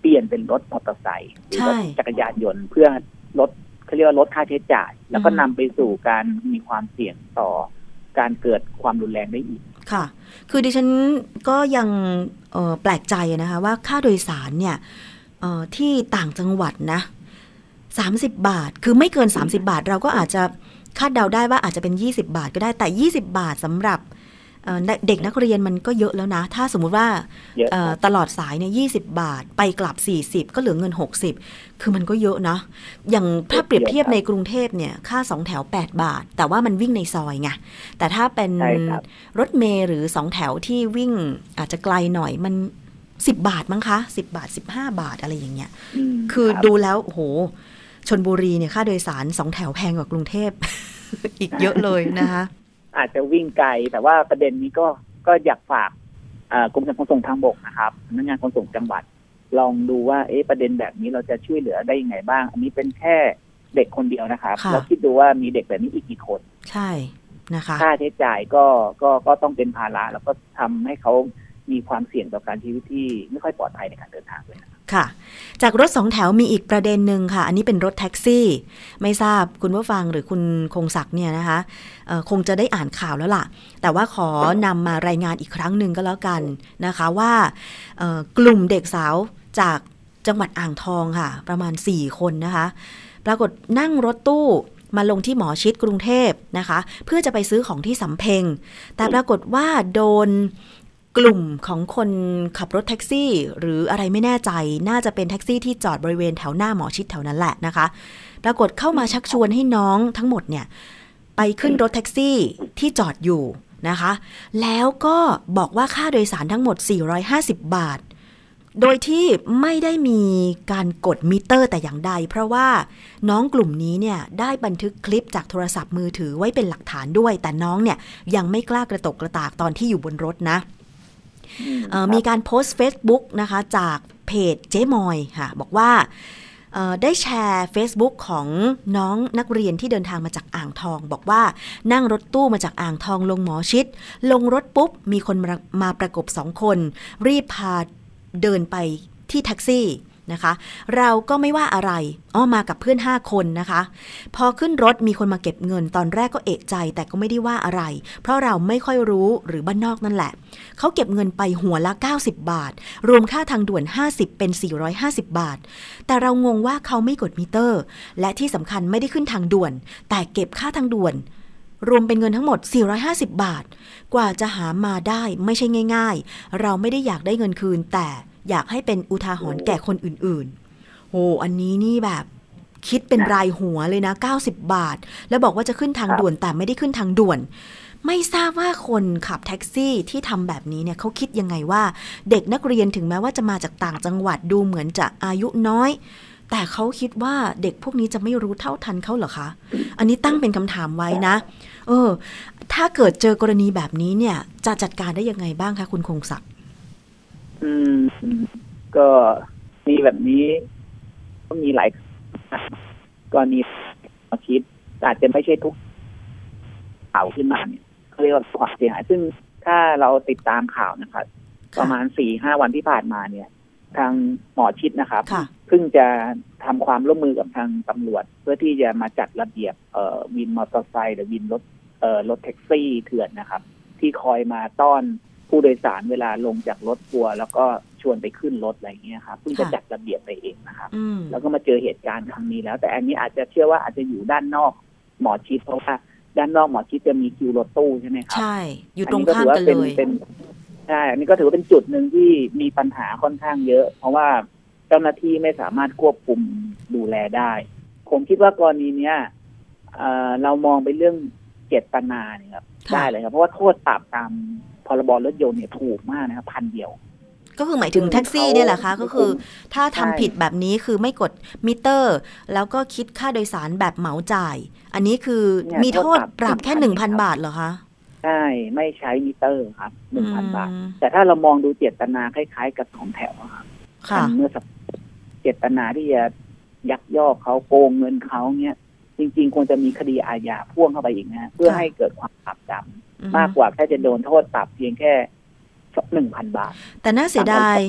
เปลี่ยนเป็นรถมอเตอร์ไซค์หรือรถจักรยานยนต์เพื่อลดเขาเรียกว่าลดค่าใช้จ่ายแล้วก็นำไปสู่การมีความเสี่ยงต่อการเกิดความรุนแรงได้อีกค่ะคือดิฉันก็ยังแปลกใจนะคะว่าค่าโดยสารเนี่ยที่ต่างจังหวัดนะสามสิบบาทคือไม่เกินสามสิบบาทเราก็อาจจะคาดเดาได้ว่าอาจจะเป็นยี่สิบบาทก็ได้แต่ยี่สิบบาทสำหรับเด็กนักเรียนมันก็เยอะแล้วนะถ้าสมมุติว่าตลอดสายเนี่ยยี่สิบบาทไปกลับสี่สิบก็เหลือเงินหกสิบคือมันก็เยอะนะอย่างถ้าเปรียบเทียบในกรุงเทพเนี่ยค่าสองแถวแปดบาทแต่ว่ามันวิ่งในซอยไงแต่ถ้าเป็นรถเมล์หรือสองแถวที่วิ่งอาจจะไกลหน่อยมันสิบบาทมั้งคะสิบบาทสิบห้าบาทอะไรอย่างเงี้ยคือดูแล้วโอ้โหชลบุรีเนี่ยค่าโดยสารสองแถวแพงกว่ากรุงเทพ อีกเยอะเลยนะคะอาจจะวิ่งไกลแต่ว่าประเด็นนี้ก็ก็อยากฝากกรมการขนส่งทางบกนะครับสำนักงานขนส่งจังหวัดลองดูว่าเอ๊ะประเด็นแบบนี้เราจะช่วยเหลือได้ยังไงบ้างอันนี้เป็นแค่เด็กคนเดียวนะครับแล้วคิดดูว่ามีเด็กแบบนี้อีกกี่คนใช่นะคะค่าใช้จ่ายก็ก็ก็ต้องเป็นภาระแล้วก็ทำให้เขามีความเสี่ยงต่อการชีวิตที่ไม่ค่อยปลอดภัยในการเดินทางด้วยนะค่ะจากรถสองแถวมีอีกประเด็นหนึ่งค่ะอันนี้เป็นรถแท็กซี่ไม่ทราบคุณผู้ฟังหรือคุณคงศักดิ์เนี่ยนะคะคงจะได้อ่านข่าวแล้วล่ะแต่ว่าขอนำมารายงานอีกครั้งหนึ่งก็แล้วกันนะคะว่ากลุ่มเด็กสาวจากจังหวัดอ่างทองค่ะประมาณสี่คนนะคะปรากฏนั่งรถตู้มาลงที่หมอชิดกรุงเทพนะคะเพื่อจะไปซื้อของที่สำเพ็งแต่ปรากฏว่าโดนกลุ่มของคนขับรถแท็กซี่หรืออะไรไม่แน่ใจน่าจะเป็นแท็กซี่ที่จอดบริเวณแถวหน้าหมอชิดแถวนั้นแหละนะคะปรากฏเข้ามาชักชวนให้น้องทั้งหมดเนี่ยไปขึ้นรถแท็กซี่ที่จอดอยู่นะคะแล้วก็บอกว่าค่าโดยสารทั้งหมดสี่ร้อยห้าสิบบาทโดยที่ไม่ได้มีการกดมิเตอร์แต่อย่างใดเพราะว่าน้องกลุ่มนี้เนี่ยได้บันทึกคลิปจากโทรศัพท์มือถือไว้เป็นหลักฐานด้วยแต่น้องเนี่ยยังไม่กล้ากระตกกระตากตอนที่อยู่บนรถนะมีการโพสต์ Facebook นะคะจากเพจเจ๊มอยค่ะบอกว่าได้แชร์ Facebook ของน้องนักเรียนที่เดินทางมาจากอ่างทองบอกว่านั่งรถตู้มาจากอ่างทองลงหมอชิดลงรถปุ๊บมีคนมามาประกบสองคนรีบพาเดินไปที่แท็กซี่นะคะเราก็ไม่ว่าอะไรอ้อมากับเพื่อนห้าคนนะคะพอขึ้นรถมีคนมาเก็บเงินตอนแรกก็เอะใจแต่ก็ไม่ได้ว่าอะไรเพราะเราไม่ค่อยรู้หรือบ้านนอกนั่นแหละเขาเก็บเงินไปหัวละเก้าสิบบาทรวมค่าทางด่วนห้าสิบเป็นสี่ร้อยห้าสิบบาทแต่เรางงว่าเขาไม่กดมิเตอร์และที่สำคัญไม่ได้ขึ้นทางด่วนแต่เก็บค่าทางด่วนรวมเป็นเงินทั้งหมดสี่ร้อยห้าสิบบาทกว่าจะหามาได้ไม่ใช่ง่ายๆเราไม่ได้อยากได้เงินคืนแต่อยากให้เป็นอุทาหรณ์แก่คนอื่นๆโอ้อันนี้นี่แบบคิดเป็นรายหัวเลยนะเก้าสิบบาทแล้วบอกว่าจะขึ้นทางด่วนแต่ไม่ได้ขึ้นทางด่วนไม่ทราบว่าคนขับแท็กซี่ที่ทำแบบนี้เนี่ยเขาคิดยังไงว่าเด็กนักเรียนถึงแม้ว่าจะมาจากต่างจังหวัดดูเหมือนจะอายุน้อยแต่เขาคิดว่าเด็กพวกนี้จะไม่รู้เท่าทันเขาเหรอคะอันนี้ตั้งเป็นคำถามไว้นะเออถ้าเกิดเจอกรณีแบบนี้เนี่ยจะจัดการได้ยังไงบ้างคะคุณคงศักดิ์อืมก็มีแบบนี้ก็มีหลายกรณีมาคิดอาจจะไม่ใช่ทุกข่าวขึ้นมาเนี่ยเขาเรียกว่าความเสียหายซึ่งถ้าเราติดตามข่าวนะครับประมาณสี่ห้าวันที่ผ่านมาเนี่ยทางหมอชิดนะครับเพิ่งจะทำความร่วมมือกับทางตำรวจเพื่อที่จะมาจัดระเบียบเอ่อวินมอเตอร์ไซค์หรือวินรถเอ่อรถแท็กซี่เถื่อนนะครับที่คอยมาต้อนผู้โดยสารเวลาลงจากรถทัวร์แล้วก็ชวนไปขึ้นรถอะไรเงี้ยครับเพิ่งจะจัดระเบียบไปเองนะครับแล้วก็มาเจอเหตุการณ์ครั้งนี้แล้วแต่อันนี้อาจจะเชื่อว่าอาจจะอยู่ด้านนอกหมอชิดเพราะว่าด้านนอกหมอชิดจะมีคิวรถตู้ใช่ไหมครับใช่อยู่ตรงข้ามกันเลยใช่อันนี้ก็ถือว่าเป็นจุดหนึ่งที่มีปัญหาค่อนข้างเยอะเพราะว่าเจ้าหน้าที่ไม่สามารถควบคุมดูแลได้ผมคิดว่ากรณีเนี้ยเอ่อเรามองไปเรื่องเจตนาเนี่ยครับได้เลยครับเพราะว่าโทษปรับตามพรบรถยนต์เนี่ยถูกมากนะครับพันเดียวก็คือหมายถึงแท็กซี่เนี่ยแหละคะก็คือถ้าทำผิดแบบนี้คือไม่กดมิเตอร์แล้วก็คิดค่าโดยสารแบบเหมาจ่ายอันนี้คือมีโทษปรับแค่ หนึ่งพัน บาทเหรอคะใช่ไม่ใช้มิเตอร์ครับ หนึ่งพัน บาทแต่ถ้าเรามองดูเจตนาคล้ายๆกับของแถวครับเมื่อเจตนาที่จะยักยอกเขาโกงเงินเขาเนี่ยจริงๆควรจะมีคดีอาญาพ่วงเข้าไปอีกนะเพื่อให้เกิดความปรับจำมากกว่าแค่จะโดนโทษปรับเพียงแค่หนึ่งพันบาทแต่น่าเสียดาย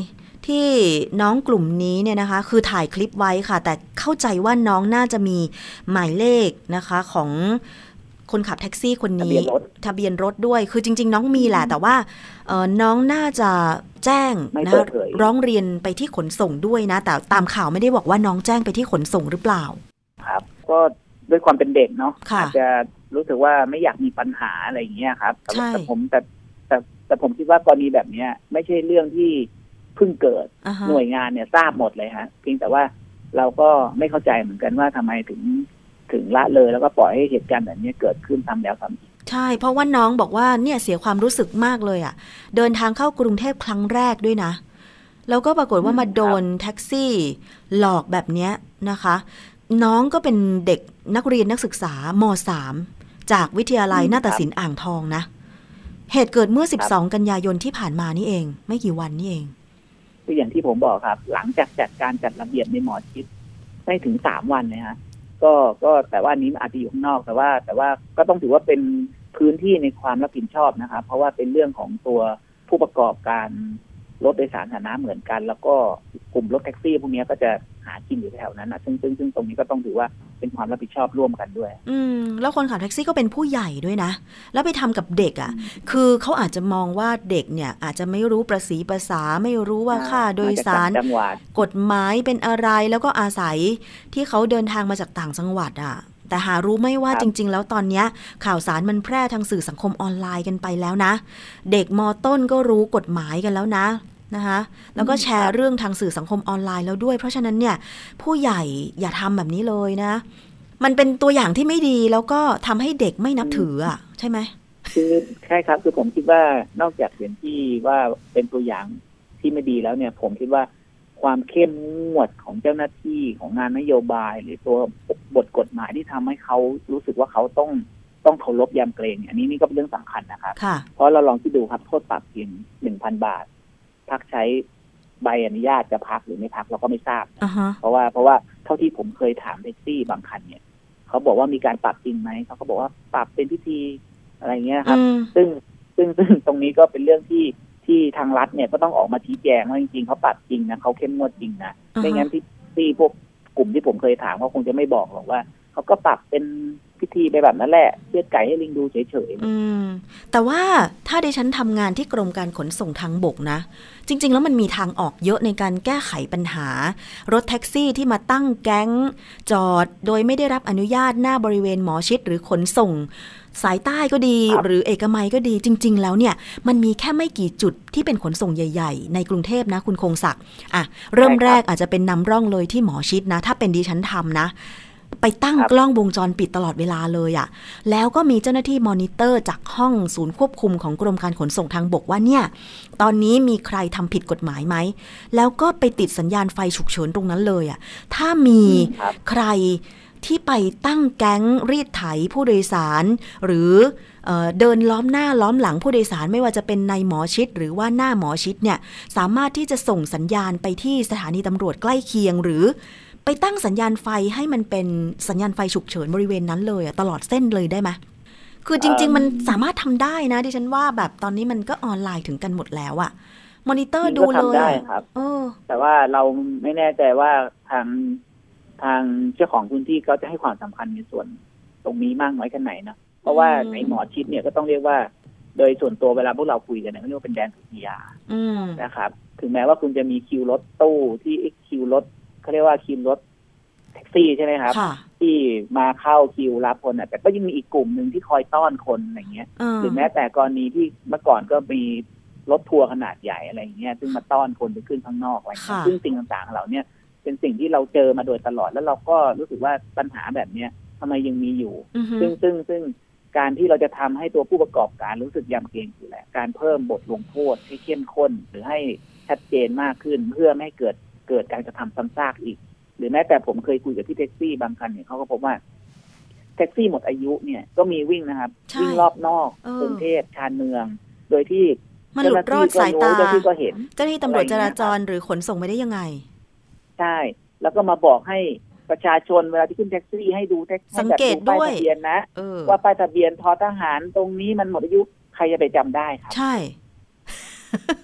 ที่น้องกลุ่มนี้เนี่ยนะคะคือถ่ายคลิปไว้ค่ะแต่เข้าใจว่าน้องน่าจะมีหมายเลขนะคะของคนขับแท็กซี่คนนี้ทะเบียนรถด้วยคือจริงๆน้องมีแหละแต่ว่าน้องน่าจะแจ้งนะร้องเรียนไปที่ขนส่งด้วยนะแต่ตามข่าวไม่ได้บอกว่าน้องแจ้งไปที่ขนส่งหรือเปล่าครับก็ด้วยความเป็นเด็กเนาะอาจจะรู้สึกว่าไม่อยากมีปัญหาอะไรอย่างเงี้ยครับแต่ผมแต่แต่แต่ผมคิดว่ากรณีแบบนี้ไม่ใช่เรื่องที่เพิ่งเกิด uh-huh. หน่วยงานเนี่ยทราบหมดเลยฮะเพียงแต่ว่าเราก็ไม่เข้าใจเหมือนกันว่าทำไมถึงถึงละเลยแล้วก็ปล่อยให้เหตุการณ์แบบนี้เกิดขึ้นซ้ำแล้วซ้ำอีกใช่เพราะว่าน้องบอกว่าเนี่ยเสียความรู้สึกมากเลยอ่ะเดินทางเข้ากรุงเทพครั้งแรกด้วยนะแล้วก็ปรากฏว่ามาโดนแท็กซี่หลอกแบบนี้นะคะน้องก็เป็นเด็กนักเรียนนักศึกษาม.สาม จากวิทยาลัยนาฏศิลป์อ่างทองนะเหตุเกิดเมื่อสิบสองกันยายนที่ผ่านมานี่เองไม่กี่วันนี่เองคืออย่างที่ผมบอกครับหลังจากจัดการจัดระเบียบในหมอชิดไม่ถึงสามวันเลยฮะก็ก็แต่ว่านี้อาจจะอยู่ข้างนอกแต่ว่าแต่ว่าก็ต้องถือว่าเป็นพื้นที่ในความรับผิดชอบนะครับเพราะว่าเป็นเรื่องของตัวผู้ประกอบการรถโดยสารสาธารณะเหมือนกันแล้วก็กลุ่มรถแท็กซี่พวกนี้ก็จะหากินอยู่แถวนั้นนะซึ่งซึ่งซึ่งตรงนี้ก็ต้องถือว่าเป็นความรับผิดชอบร่วมกันด้วยอืมแล้วคนขับแท็กซี่ก็เป็นผู้ใหญ่ด้วยนะแล้วไปทำกับเด็กอ่ะคือเขาอาจจะมองว่าเด็กเนี่ยอาจจะไม่รู้ประสีภาษาไม่รู้ว่าค่าโดยสารกฎหมายเป็นอะไรแล้วก็อาศัยที่เขาเดินทางมาจากต่างจังหวัดอ่ะแต่หารู้ไม่ว่าจริงๆแล้วตอนนี้ข่าวสารมันแพร่ทางสื่อสังคมออนไลน์กันไปแล้วนะเด็กม.ต้นก็รู้กฎหมายกันแล้วนะนะคะแล้วก็แชร์เรื่องทางสื่อสังคมออนไลน์แล้วด้วยเพราะฉะนั้นเนี่ยผู้ใหญ่อย่าทำแบบนี้เลยนะมันเป็นตัวอย่างที่ไม่ดีแล้วก็ทำให้เด็กไม่นับถืออ่ะใช่ไหมคือใช่ครับคือผมคิดว่านอกจากเห็นที่ว่าเป็นตัวอย่างที่ไม่ดีแล้วเนี่ยผมคิดว่าความเข้มงวดของเจ้าหน้าที่ของงานนโยบายหรือตัวบทกฎหมายที่ทำให้เขารู้สึกว่าเขาต้องต้องเคารพยำเกรงอันนี้นี่ก็เป็นเรื่องสำคัญนะครับเพราะเราลองคิดดูครับโทษปรับเพียง หนึ่งพัน บาทพักใช้ใบอนุญาตจะพักหรือไม่พักเราก็ไม่ทราบ uh-huh. เพราะว่าเพราะว่าเท่าที่ผมเคยถามแท็กซี่บางคันเนี่ยเขาบอกว่ามีการปรับจริงไหมเขาก็บอกว่าปรับเป็นพิธีอะไรเงี้ยครับ uh-huh. ซึ่งซึ่งซึ่งตรงนี้ก็เป็นเรื่องที่ที่ทางรัฐเนี่ยก็ต้องออกมาชี้แจงว่าจริงๆเขาปรับจริงนะเขาเข้มงวดจริงนะ uh-huh. ไม่งั้นที่ที่พวกกลุ่มที่ผมเคยถามเขาคงจะไม่บอกหรอกว่าเขาก็ปรับเป็นพิธีไปแบบนั้นแหละเชือดไก่ให้ลิงดูเฉยๆอืมแต่ว่าถ้าดิฉันทำงานที่กรมการขนส่งทางบกนะจริงๆแล้วมันมีทางออกเยอะในการแก้ไขปัญหารถแท็กซี่ที่มาตั้งแก๊งจอดโดยไม่ได้รับอนุญาตหน้าบริเวณหมอชิดหรือขนส่งสายใต้ก็ดีหรือเอกมัยก็ดีจริงๆแล้วเนี่ยมันมีแค่ไม่กี่จุดที่เป็นขนส่งใหญ่ๆในกรุงเทพนะคุณคงศักดิ์อ่ะเริ่มแรกอาจจะเป็นนำร่องเลยที่หมอชิดนะถ้าเป็นดิฉันทำนะไปตั้งกล้องวงจรปิดตลอดเวลาเลยอ่ะแล้วก็มีเจ้าหน้าที่มอนิเตอร์จากห้องศูนย์ควบคุมของกรมการขนส่งทางบกว่าเนี่ยตอนนี้มีใครทำผิดกฎหมายไหมแล้วก็ไปติดสัญญาณไฟฉุกเฉินตรงนั้นเลยอ่ะถ้ามีใครที่ไปตั้งแก๊งรีดไถผู้โดยสารหรือเอ่อเดินล้อมหน้าล้อมหลังผู้โดยสารไม่ว่าจะเป็นในหมอชิดหรือว่าหน้าหมอชิดเนี่ยสามารถที่จะส่งสัญญาณไปที่สถานีตำรวจใกล้เคียงหรือไปตั้งสัญญาณไฟให้มันเป็นสัญญาณไฟฉุกเฉินบริเวณนั้นเลยตลอดเส้นเลยได้ไหมคือจริงๆมันสามารถทำได้นะดิฉันว่าแบบตอนนี้มันก็ออนไลน์ถึงกันหมดแล้วอะมอนิเตอร์ดูเลยได้ครับแต่ว่าเราไม่แน่ใจว่าทางทางเจ้าของพื้นที่เขาจะให้ความสำคัญในส่วนตรงนี้มากน้อยแค่ไหนนะเพราะว่าในหมอชิดเนี่ยก็ต้องเรียกว่าโดยส่วนตัวเวลาพวกเราคุยกันเนี่ยเรียกว่าเป็นแดนสุริยานะครับถึงแม้ว่าคุณจะมีคิวรถตู้ที่คิวรถเขาเรียกว่าคิวรถแท็กซี่ใช่ไหมครับที่มาเข้าคิวรับคนแต่ก็ยังมีอีกกลุ่มหนึ่งที่คอยต้อนคนอะไรเงี้ยหรือแม้แต่กรณีที่เมื่อก่อนก็มีรถทัวร์ขนาดใหญ่อะไรเงี้ยซึ่งมาต้อนคนไปขึ้นข้างนอกอะไรเงี้ยซึ่งสิ่งต่างๆเหล่านี้เป็นสิ่งที่เราเจอมาโดยตลอดแล้วเราก็รู้สึกว่าปัญหาแบบเนี้ยทำไมยังมีอยู่ซึ่งซึ่งซึ่งการที่เราจะทำให้ตัวผู้ประกอบการรู้สึกยำเกรงอยู่แหละการเพิ่มบทลงโทษให้เข้มข้นหรือให้ชัดเจนมากขึ้นเพื่อไม่ให้เกิดเกิดการกระทำซ้ำซากอีกหรือแม้แต่ผมเคยคุยกับที่แท็กซี่บางคันเนี่ยเขาก็พบว่าแท็กซี่หมดอายุเนี่ยก็มีวิ่งนะครับวิ่งรอบนอกกรุงเทพชานเมืองโดยที่มันหลุดรอดสายตาเจ้าหน้าที่ก็เห็นเจ้าหน้าที่ตำรวจจราจรหรือขนส่งไม่ได้ยังไงใช่แล้วก็มาบอกให้ประชาชนเวลาที่ขึ้นแท็กซี่ให้ดูแท็กซี่สังเกตด้วยป้ายทะเบียนนะว่าป้ายทะเบียนททหารตรงนี้มันหมดอายุใครจะไปจำได้ครับใช่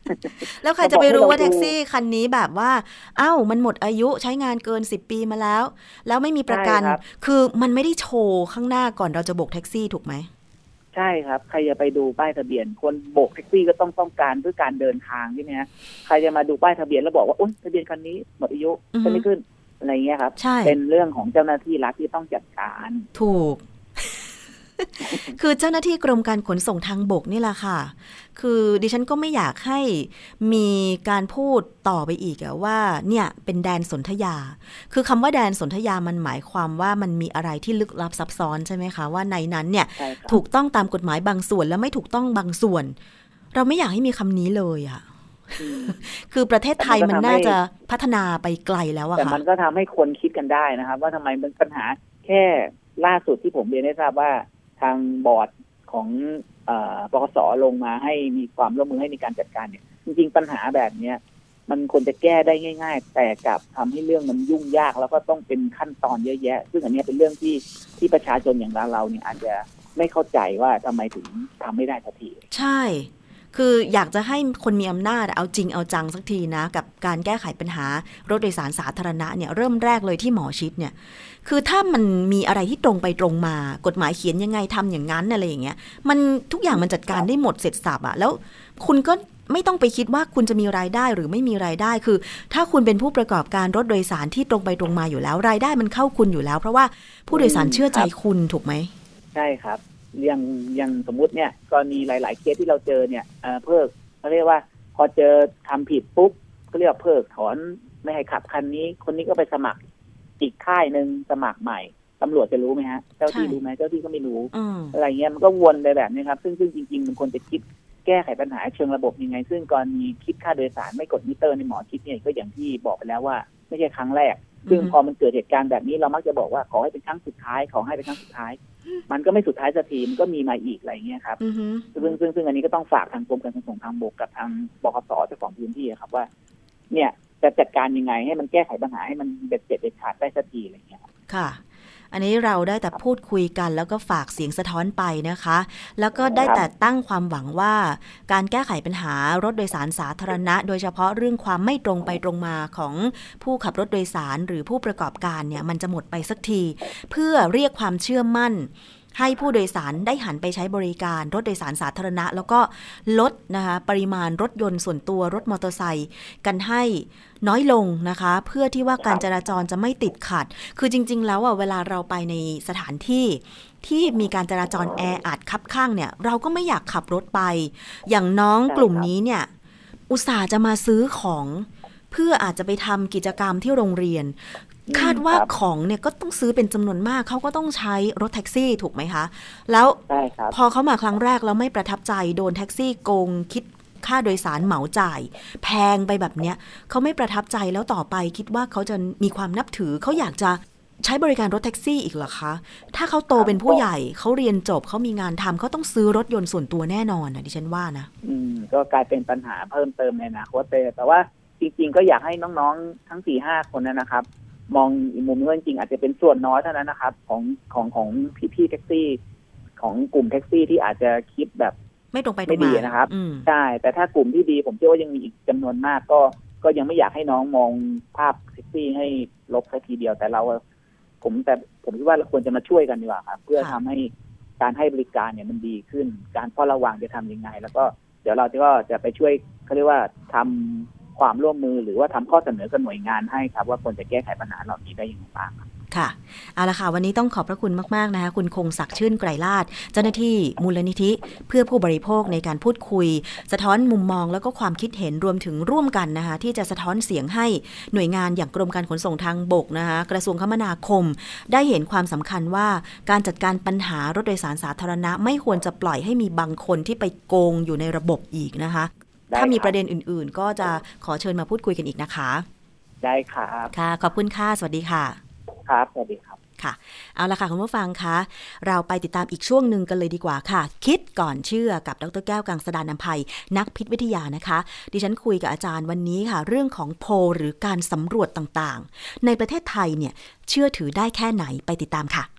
แล้วใครจะไปรู้ว่าแท็กซี่คันนี้แบบว่าอ้าวมันหมดอายุใช้งานเกินสิบปีมาแล้วแล้วไม่มีประกันคือมันไม่ได้โชว์ข้างหน้าก่อนเราจะโบกแท็กซี่ถูกไหมใช่ครับใครจะไปดูป้ายทะเบียนคนโบกแท็กซี่ก็ต้องต้องการเพื่อการเดินทางใช่ไหมฮะใครจะมาดูป้ายทะเบียนแล้วบอกว่าโอ๊ยทะเบียนคันนี้หมดอายุจะไม่ขึ้นอะไรเงี้ยครับเป็นเรื่องของเจ้าหน้าที่รัฐที่ต้องจัดการถูก คือเจ้าหน้าที่กรมการขนส่งทางบกนี่แหละค่ะคือดิฉันก็ไม่อยากให้มีการพูดต่อไปอีกอะว่าเนี่ยเป็นแดนสนธยาคือคำว่าแดนสนธยามันหมายความว่ามันมีอะไรที่ลึกลับซับซ้อนใช่ไหมคะว่าในนั้นเนี่ยถูกต้องตามกฎหมายบางส่วนและไม่ถูกต้องบางส่วนเราไม่อยากให้มีคำนี้เลยอะคือประเทศไทยมันน่าจะพัฒนาไปไกลแล้วอะค่ะแต่มันก็ทำให้คนคิดกันได้นะครับว่าทำไมมันปัญหาแค่ล่าสุดที่ผมเรียนได้ทราบว่าทางบอร์ดของปกส.ลงมาให้มีความร่วมมือให้มีการจัดการเนี่ยจริงๆปัญหาแบบนี้มันควรจะแก้ได้ง่ายๆแต่กลับทำให้เรื่องมันยุ่งยากแล้วก็ต้องเป็นขั้นตอนเยอะแยะซึ่งอันนี้เป็นเรื่องที่ที่ประชาชนอย่างเราเราเนี่ยอาจจะไม่เข้าใจว่าทำไมถึงทำไม่ได้สักทีใช่คืออยากจะให้คนมีอำนาจเอาจริงเอาจังสักทีนะกับการแก้ไขปัญหารถโดยสารสาธารณะเนี่ยเริ่มแรกเลยที่หมอชิดเนี่ยคือถ้ามันมีอะไรที่ตรงไปตรงมากฎหมายเขียนยังไงทำอย่างนั้นอะไรอย่างเงี้ยมันทุกอย่างมันจัดการได้หมดเสร็จสับอะแล้วคุณก็ไม่ต้องไปคิดว่าคุณจะมีรายได้หรือไม่มีรายได้คือถ้าคุณเป็นผู้ประกอบการรถโดยสารที่ตรงไปตรงมาอยู่แล้วรายได้มันเข้าคุณอยู่แล้วเพราะว่าผู้โดยสารเชื่อใจคุณถูกไหมใช่ครับอย่างอย่างสมมุติเนี่ยกรณีหลายๆเคสที่เราเจอเนี่ยเอ่อเพิกเขาเรียกว่าพอเจอทำผิดปุ๊บก็เรียกเพิกถอนไม่ให้ขับคันนี้คนนี้ก็ไปสมัครอีกค่ายนึงสมัครใหม่ตำรวจจะรู้ไหมฮะเจ้าที่รู้ไหมเจ้าที่ก็ไม่รู้อะไรเงี้ยมันก็วนไปแบบนี้ครับซึ่งซึ่งจริงๆมันควรจะคิดแก้ไขปัญหาเชิงระบบยังไงซึ่งกรณีคิดค่าโดยสารไม่กดมิเตอร์ในหมอคิดเนี่ยก็อย่างที่บอกไปแล้วว่าไม่ใช่ครั้งแรกซึ่งพอมันเกิดเหตุการณ์แบบนี้เรามักจะบอกว่าขอให้เป็นครั้งสุดท้ายขอให้เป็นครั้งสุดท้ายมันก็ไม่สุดท้ายสักทีมันก็มีมาอีกอะไรเงี้ยครับซึ่งซึ่งซึ่งอันนี้ก็ต้องฝากทางกรมการขนส่งทางบกกับทางบขส.เจ้าของพื้นที่ครับว่าเนี่ยจะจัดการยังไงให้มันแก้ไขปัญหาให้มันเบ็ดเสร็จเด็ดขาดได้สักทีอะไรเงี้ยค่ะอันนี้เราได้แต่พูดคุยกันแล้วก็ฝากเสียงสะท้อนไปนะคะแล้วก็ได้แต่ตั้งความหวังว่าการแก้ไขปัญหารถโดยสารสาธารณะโดยเฉพาะเรื่องความไม่ตรงไปตรงมาของผู้ขับรถโดยสารหรือผู้ประกอบการเนี่ยมันจะหมดไปสักทีเพื่อเรียกความเชื่อมั่นให้ผู้โดยสารได้หันไปใช้บริการรถโดยสารสาธารณะแล้วก็ลดนะคะปริมาณรถยนต์ส่วนตัวรถมอเตอร์ไซค์กันให้น้อยลงนะคะเพื่อที่ว่าการจราจรจะไม่ติดขัดคือจริงๆแล้วอ่ะเวลาเราไปในสถานที่ที่มีการจราจรแออัดคับข้างเนี่ยเราก็ไม่อยากขับรถไปอย่างน้องกลุ่มนี้เนี่ยอุตส่าห์จะมาซื้อของเพื่ออาจจะไปทำกิจกรรมที่โรงเรียนคาดว่าของเนี่ยก็ต้องซื้อเป็นจำนวนมากเขาก็ต้องใช้รถแท็กซี่ถูกไหมคะแล้วพอเขามาครั้งแรกแล้วไม่ประทับใจโดนแท็กซี่โกงคิดค่าโดยสารเหมาจ่ายแพงไปแบบเนี้ยเขาไม่ประทับใจแล้วต่อไปคิดว่าเขาจะมีความนับถือเขาอยากจะใช้บริการรถแท็กซี่อีกเหรอคะถ้าเขาโตเป็นผู้ใหญ่เขาเรียนจบเขามีงานทำเขาต้องซื้อรถยนต์ส่วนตัวแน่นอนนะดิฉันว่านะอืมก็กลายเป็นปัญหาเพิ่มเติมในอนาคตแต่ว่าจริงๆก็อยากให้น้องๆทั้ง สี่ห้า คนนั้นนะครับมองอีกมุมนึงจริงอาจจะเป็นส่วนน้อยเท่านั้นนะครับของของของพี่ๆแท็กซี่ของกลุ่มแท็กซี่ที่อาจจะคิดแบบไม่ตรงไปตรงมาไม่ดีนะครับใช่แต่ถ้ากลุ่มที่ดีผมเชื่อว่ายังมีอีกจำนวนมากก็ก็ยังไม่อยากให้น้องมองภาพแท็กซี่ให้ลบแค่ทีเดียวแต่เราผมแต่ผมคิดว่าเราควรจะมาช่วยกันดีกว่าครับเพื่อทำให้การให้บริการเนี่ยมันดีขึ้นการเฝ้าระวังจะทำยังไงแล้วก็เดี๋ยวเราก็จะไปช่วยเขาเรียกว่าทำความร่วมมือหรือว่าทำข้อเสนอกับหน่วยงานให้ครับว่าควรจะแก้ไขปัญหาเหล่านี้ได้อย่างไรบ้างค่ะเอาละค่ะวันนี้ต้องขอบพระคุณมากๆนะคะคุณคงศักดิ์ชื่นไกรลาภเจ้าหน้าที่มูลนิธิเพื่อผู้บริโภคในการพูดคุยสะท้อนมุมมองแล้วก็ความคิดเห็นรวมถึงร่วมกันนะคะที่จะสะท้อนเสียงให้หน่วยงานอย่างกรมการขนส่งทางบกนะคะกระทรวงคมนาคมได้เห็นความสำคัญว่าการจัดการปัญหารถโดยสารสาธารณะไม่ควรจะปล่อยให้มีบางคนที่ไปโกงอยู่ในระบบอีกนะคะถ้ามีประเด็นอื่นๆก็จะขอเชิญมาพูดคุยกันอีกนะคะได้ครับค่ะขอบคุณค่ะสวัสดีค่ะครับสวัสดีครับค่ะเอาละค่ะคุณผู้ฟังคะเราไปติดตามอีกช่วงหนึ่งกันเลยดีกว่าค่ะคิดก่อนเชื่อกับดร.แก้วกังสดาลอำไพนักพิษวิทยานะคะดิฉันคุยกับอาจารย์วันนี้ค่ะเรื่องของโพลหรือการสำรวจต่างๆในประเทศไทยเนี่ยเชื่อถือได้แค่ไหนไปติดตามค่ะ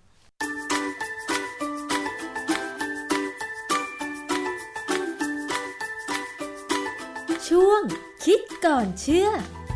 ช่วงคิดก่อนเชื่อ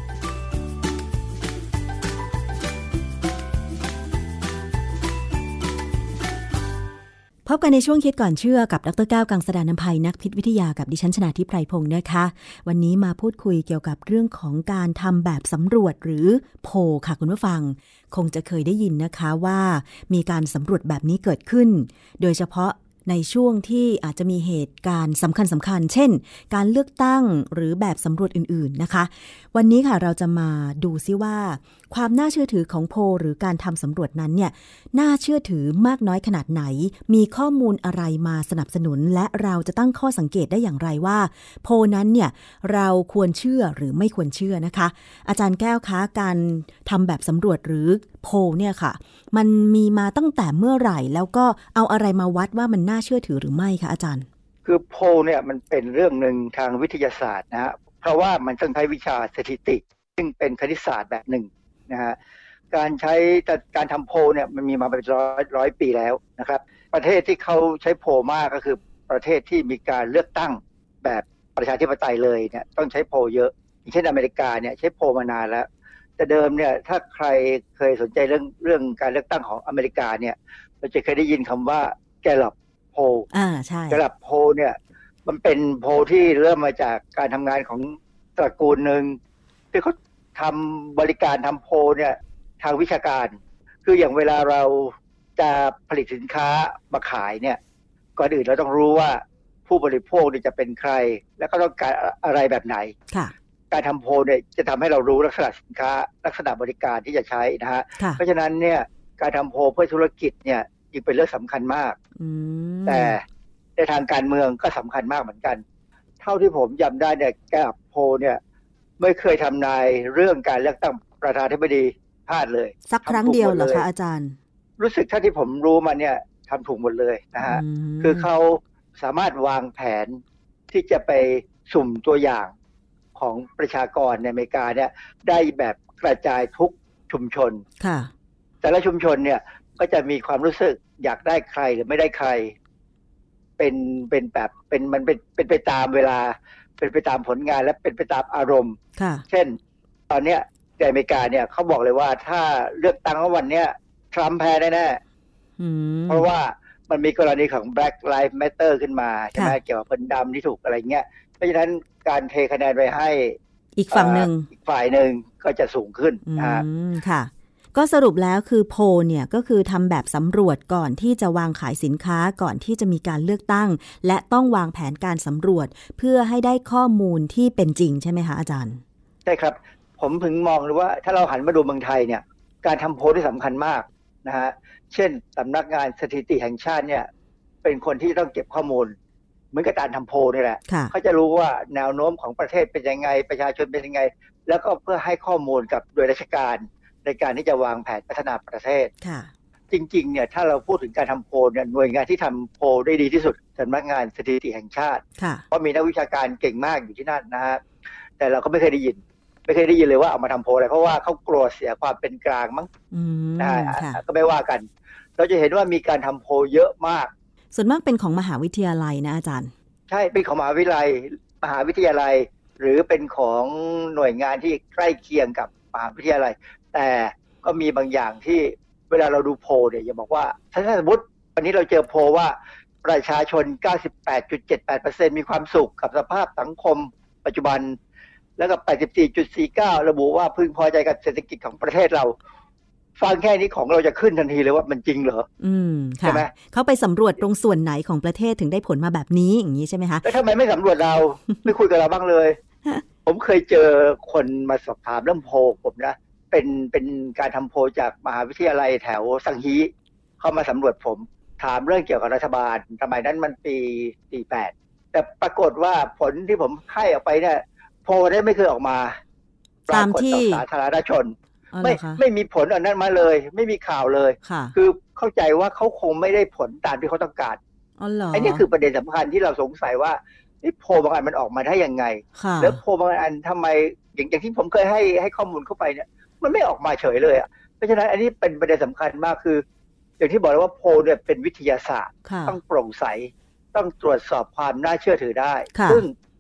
พบกันในช่วงคิดก่อนเชื่อกับดร.แก้วกังสดาลอำไพนักพิษวิทยากับดิฉันชนาธิปไพพงศ์นะคะวันนี้มาพูดคุยเกี่ยวกับเรื่องของการทำแบบสำรวจหรือโพลค่ะคุณผู้ฟังคงจะเคยได้ยินนะคะว่ามีการสำรวจแบบนี้เกิดขึ้นโดยเฉพาะในช่วงที่อาจจะมีเหตุการณ์สำคัญสำคัญเช่นการเลือกตั้งหรือแบบสำรวจอื่นๆนะคะวันนี้ค่ะเราจะมาดูซิว่าความน่าเชื่อถือของโพลหรือการทำสำรวจนั้นเนี่ยน่าเชื่อถือมากน้อยขนาดไหนมีข้อมูลอะไรมาสนับสนุนและเราจะตั้งข้อสังเกตได้อย่างไรว่าโพลนั้นเนี่ยเราควรเชื่อหรือไม่ควรเชื่อนะคะอาจารย์แก้วคะการทำแบบสำรวจหรือโพลเนี่ยค่ะมันมีมาตั้งแต่เมื่อไหร่แล้วก็เอาอะไรมาวัดว่ามันน่าเชื่อถือหรือไม่คะอาจารย์คือโพลเนี่ยมันเป็นเรื่องหนึ่งทางวิทยาศาสตร์นะฮะเพราะว่ามันต้องใช้วิชาสถิติซึ่งเป็นคณิตศาสตร์แบบหนึ่งนะฮะการใช้การทำโพลเนี่ยมันมีมาเป็นร้อยร้อยปีแล้วนะครับประเทศที่เขาใช้โพลมากก็คือประเทศที่มีการเลือกตั้งแบบประชาธิปไตยเลยเนี่ยต้องใช้โพลเยอะอย่างเช่นอเมริกาเนี่ยใช้โพลมานานแล้วแต่เดิมเนี่ยถ้าใครเคยสนใจเรื่องเรื่องการเลือกตั้งของอเมริกาเนี่ยเราจะเคยได้ยินคำว่าแกลลอปโพลอ่าใช่แกลลอปโพลเนี่ยมันเป็นโพลที่เริ่มมาจากการทำงานของตระกูลหนึ่งที่เขาทำบริการทำโพลเนี่ยทางวิชาการคืออย่างเวลาเราจะผลิตสินค้ามาขายเนี่ยก่อนอื่นเราต้องรู้ว่าผู้บริโภคจะเป็นใครและก็ต้องการอะไรแบบไหนการทำโพลเนี่ยจะทำให้เรารู้ลักษณะสินค้าลักษณะบริการที่จะใช้นะฮะเพราะฉะนั้นเนี่ยการทำโพลเพื่อธุรกิจเนี่ยจึงเป็นเรื่องสำคัญมากแต่ในทางการเมืองก็สำคัญมากเหมือนกันเท่าที่ผมจำได้เนี่ยแกลลอปโพลเนี่ยไม่เคยทำนายเรื่องการเลือกตั้งประธานาธิบดีพลาดเลยสักครั้งเดียวเหรอคะอาจารย์รู้สึกถ้าที่ผมรู้มาเนี่ยทำถูกหมดเลยนะฮะคือเขาสามารถวางแผนที่จะไปสุ่มตัวอย่างของประชากรในอเมริกาเนี่ยได้แบบกระจายทุกชุมชนค่ะแต่ละชุมชนเนี่ยก็จะมีความรู้สึกอยากได้ใครหรือไม่ได้ใครเป็นเป็นแบบเป็นมันเป็นเป็นไปตามเวลาเป็นไปตามผลงานและเป็นไปตามอารมณ์เช่นตอนเนี้ยในอเมริกาเนี่ยเขาบอกเลยว่าถ้าเลือกตั้งวันเนี้ยทรัมป์แพ้แน่ๆเพราะว่ามันมีกรณีของ Black Lives Matter ขึ้นมาใช่ไหมเกี่ยวกับคนดำที่ถูกอะไรเงี้ยเพราะฉะนั้นการเทคะแนนไปให้อีกฝั่งหนึ่งอีกฝ่ายหนึ่งก็จะสูงขึ้นนะค่ะก็สรุปแล้วคือโพลเนี่ยก็คือทำแบบสำรวจก่อนที่จะวางขายสินค้าก่อนที่จะมีการเลือกตั้งและต้องวางแผนการสำรวจเพื่อให้ได้ข้อมูลที่เป็นจริงใช่ไหมคะอาจารย์ใช่ครับผมถึงมองเลยว่าถ้าเราหันมาดูเมืองไทยเนี่ยการทำโพลที่สำคัญมากนะฮะเช่นสำนักงานสถิติแห่งชาติเนี่ยเป็นคนที่ต้องเก็บข้อมูลเหมือนกับการทำโพลนี่แหละเขาจะรู้ว่าแนวโน้มของประเทศเป็นยังไงประชาชนเป็นยังไงแล้วก็เพื่อให้ข้อมูลกับโดยราชการในการที่จะวางแผนพัฒนาประเทศจริงๆเนี่ยถ้าเราพูดถึงการทำโพลเนี่ยหน่วยงานที่ทำโพลได้ดีที่สุดสำนักงานสถิติแห่งชาติเพราะมีนักวิชาการเก่งมากอยู่ที่นั่นนะฮะแต่เราก็ไม่เคยได้ยินไม่เคยได้ยินเลยว่าเอามาทำโพลอะไรเพราะว่าเขากลัวเสียความเป็นกลางมั้งนะฮะก็ไม่ว่ากันเราจะเห็นว่ามีการทำโพลเยอะมากส่วนมากเป็นของมหาวิทยาลัยนะอาจารย์ใช่เป็นของมหาวิทยาลัยมหาวิทยาลัยหรือเป็นของหน่วยงานที่ใกล้เคียงกับมหาวิทยาลัยแต่ก็มีบางอย่างที่เวลาเราดูโพลเนี่ยอย่าบอกว่าถ้าสมมติวันนี้เราเจอโพลว่าประชาชน เก้าสิบแปดจุดเจ็ดแปดเปอร์เซ็นต์ มีความสุขกับสภาพสังคมปัจจุบันแล้วก็ แปดสิบสี่จุดสี่เก้า ระบุว่าพึงพอใจกับเศรษฐกิจของประเทศเราฟังแค่นี้ของเราจะขึ้นทันทีเลยว่ามันจริงเหรออืมใช่ไหมเขาไปสำรวจตรงส่วนไหนของประเทศถึงได้ผลมาแบบนี้อย่างนี้ใช่ไหมคะแล้วทำไมไม่สำรวจเรา ไม่คุยกับเราบ้างเลย ผมเคยเจอคนมาสอบถามเรื่องโพลผมนะเป็นเป็นการทำโพลจากมหาวิทยาลัยแถวซังฮีเข้ามาสำรวจผมถามเรื่องเกี่ยวกับรัฐบาลสมัยนั้นมันปีสี่สิบแปดแต่ปรากฏว่าผลที่ผมให้ออกไปเนี่ยโพลได้ไม่เคยออกมาตามที่สาธารณชนไม่ไม่มีผลอันนั้นมาเลยไม่มีข่าวเลยคือเข้าใจว่าเขาคงไม่ได้ผลตามที่เขาต้องการไอ้นี่คือประเด็นสำคัญที่เราสงสัยว่าโพลบางอันมันออกมาได้ยังไงแล้วโพลบางอันทำไมอย่างอย่างที่ผมเคยให้ให้ข้อมูลเข้าไปเนี่ยมันไม่ออกมาเฉยเลยอ่ะเพราะฉะนั้นอันนี้เป็นประเด็นสำคัญมากคืออย่างที่บอกแล้วว่าโพลเนี่ยเป็นวิทยาศาสตร์ต้องโปร่งใสต้องตรวจสอบความน่าเชื่อถือได้ซึ่ง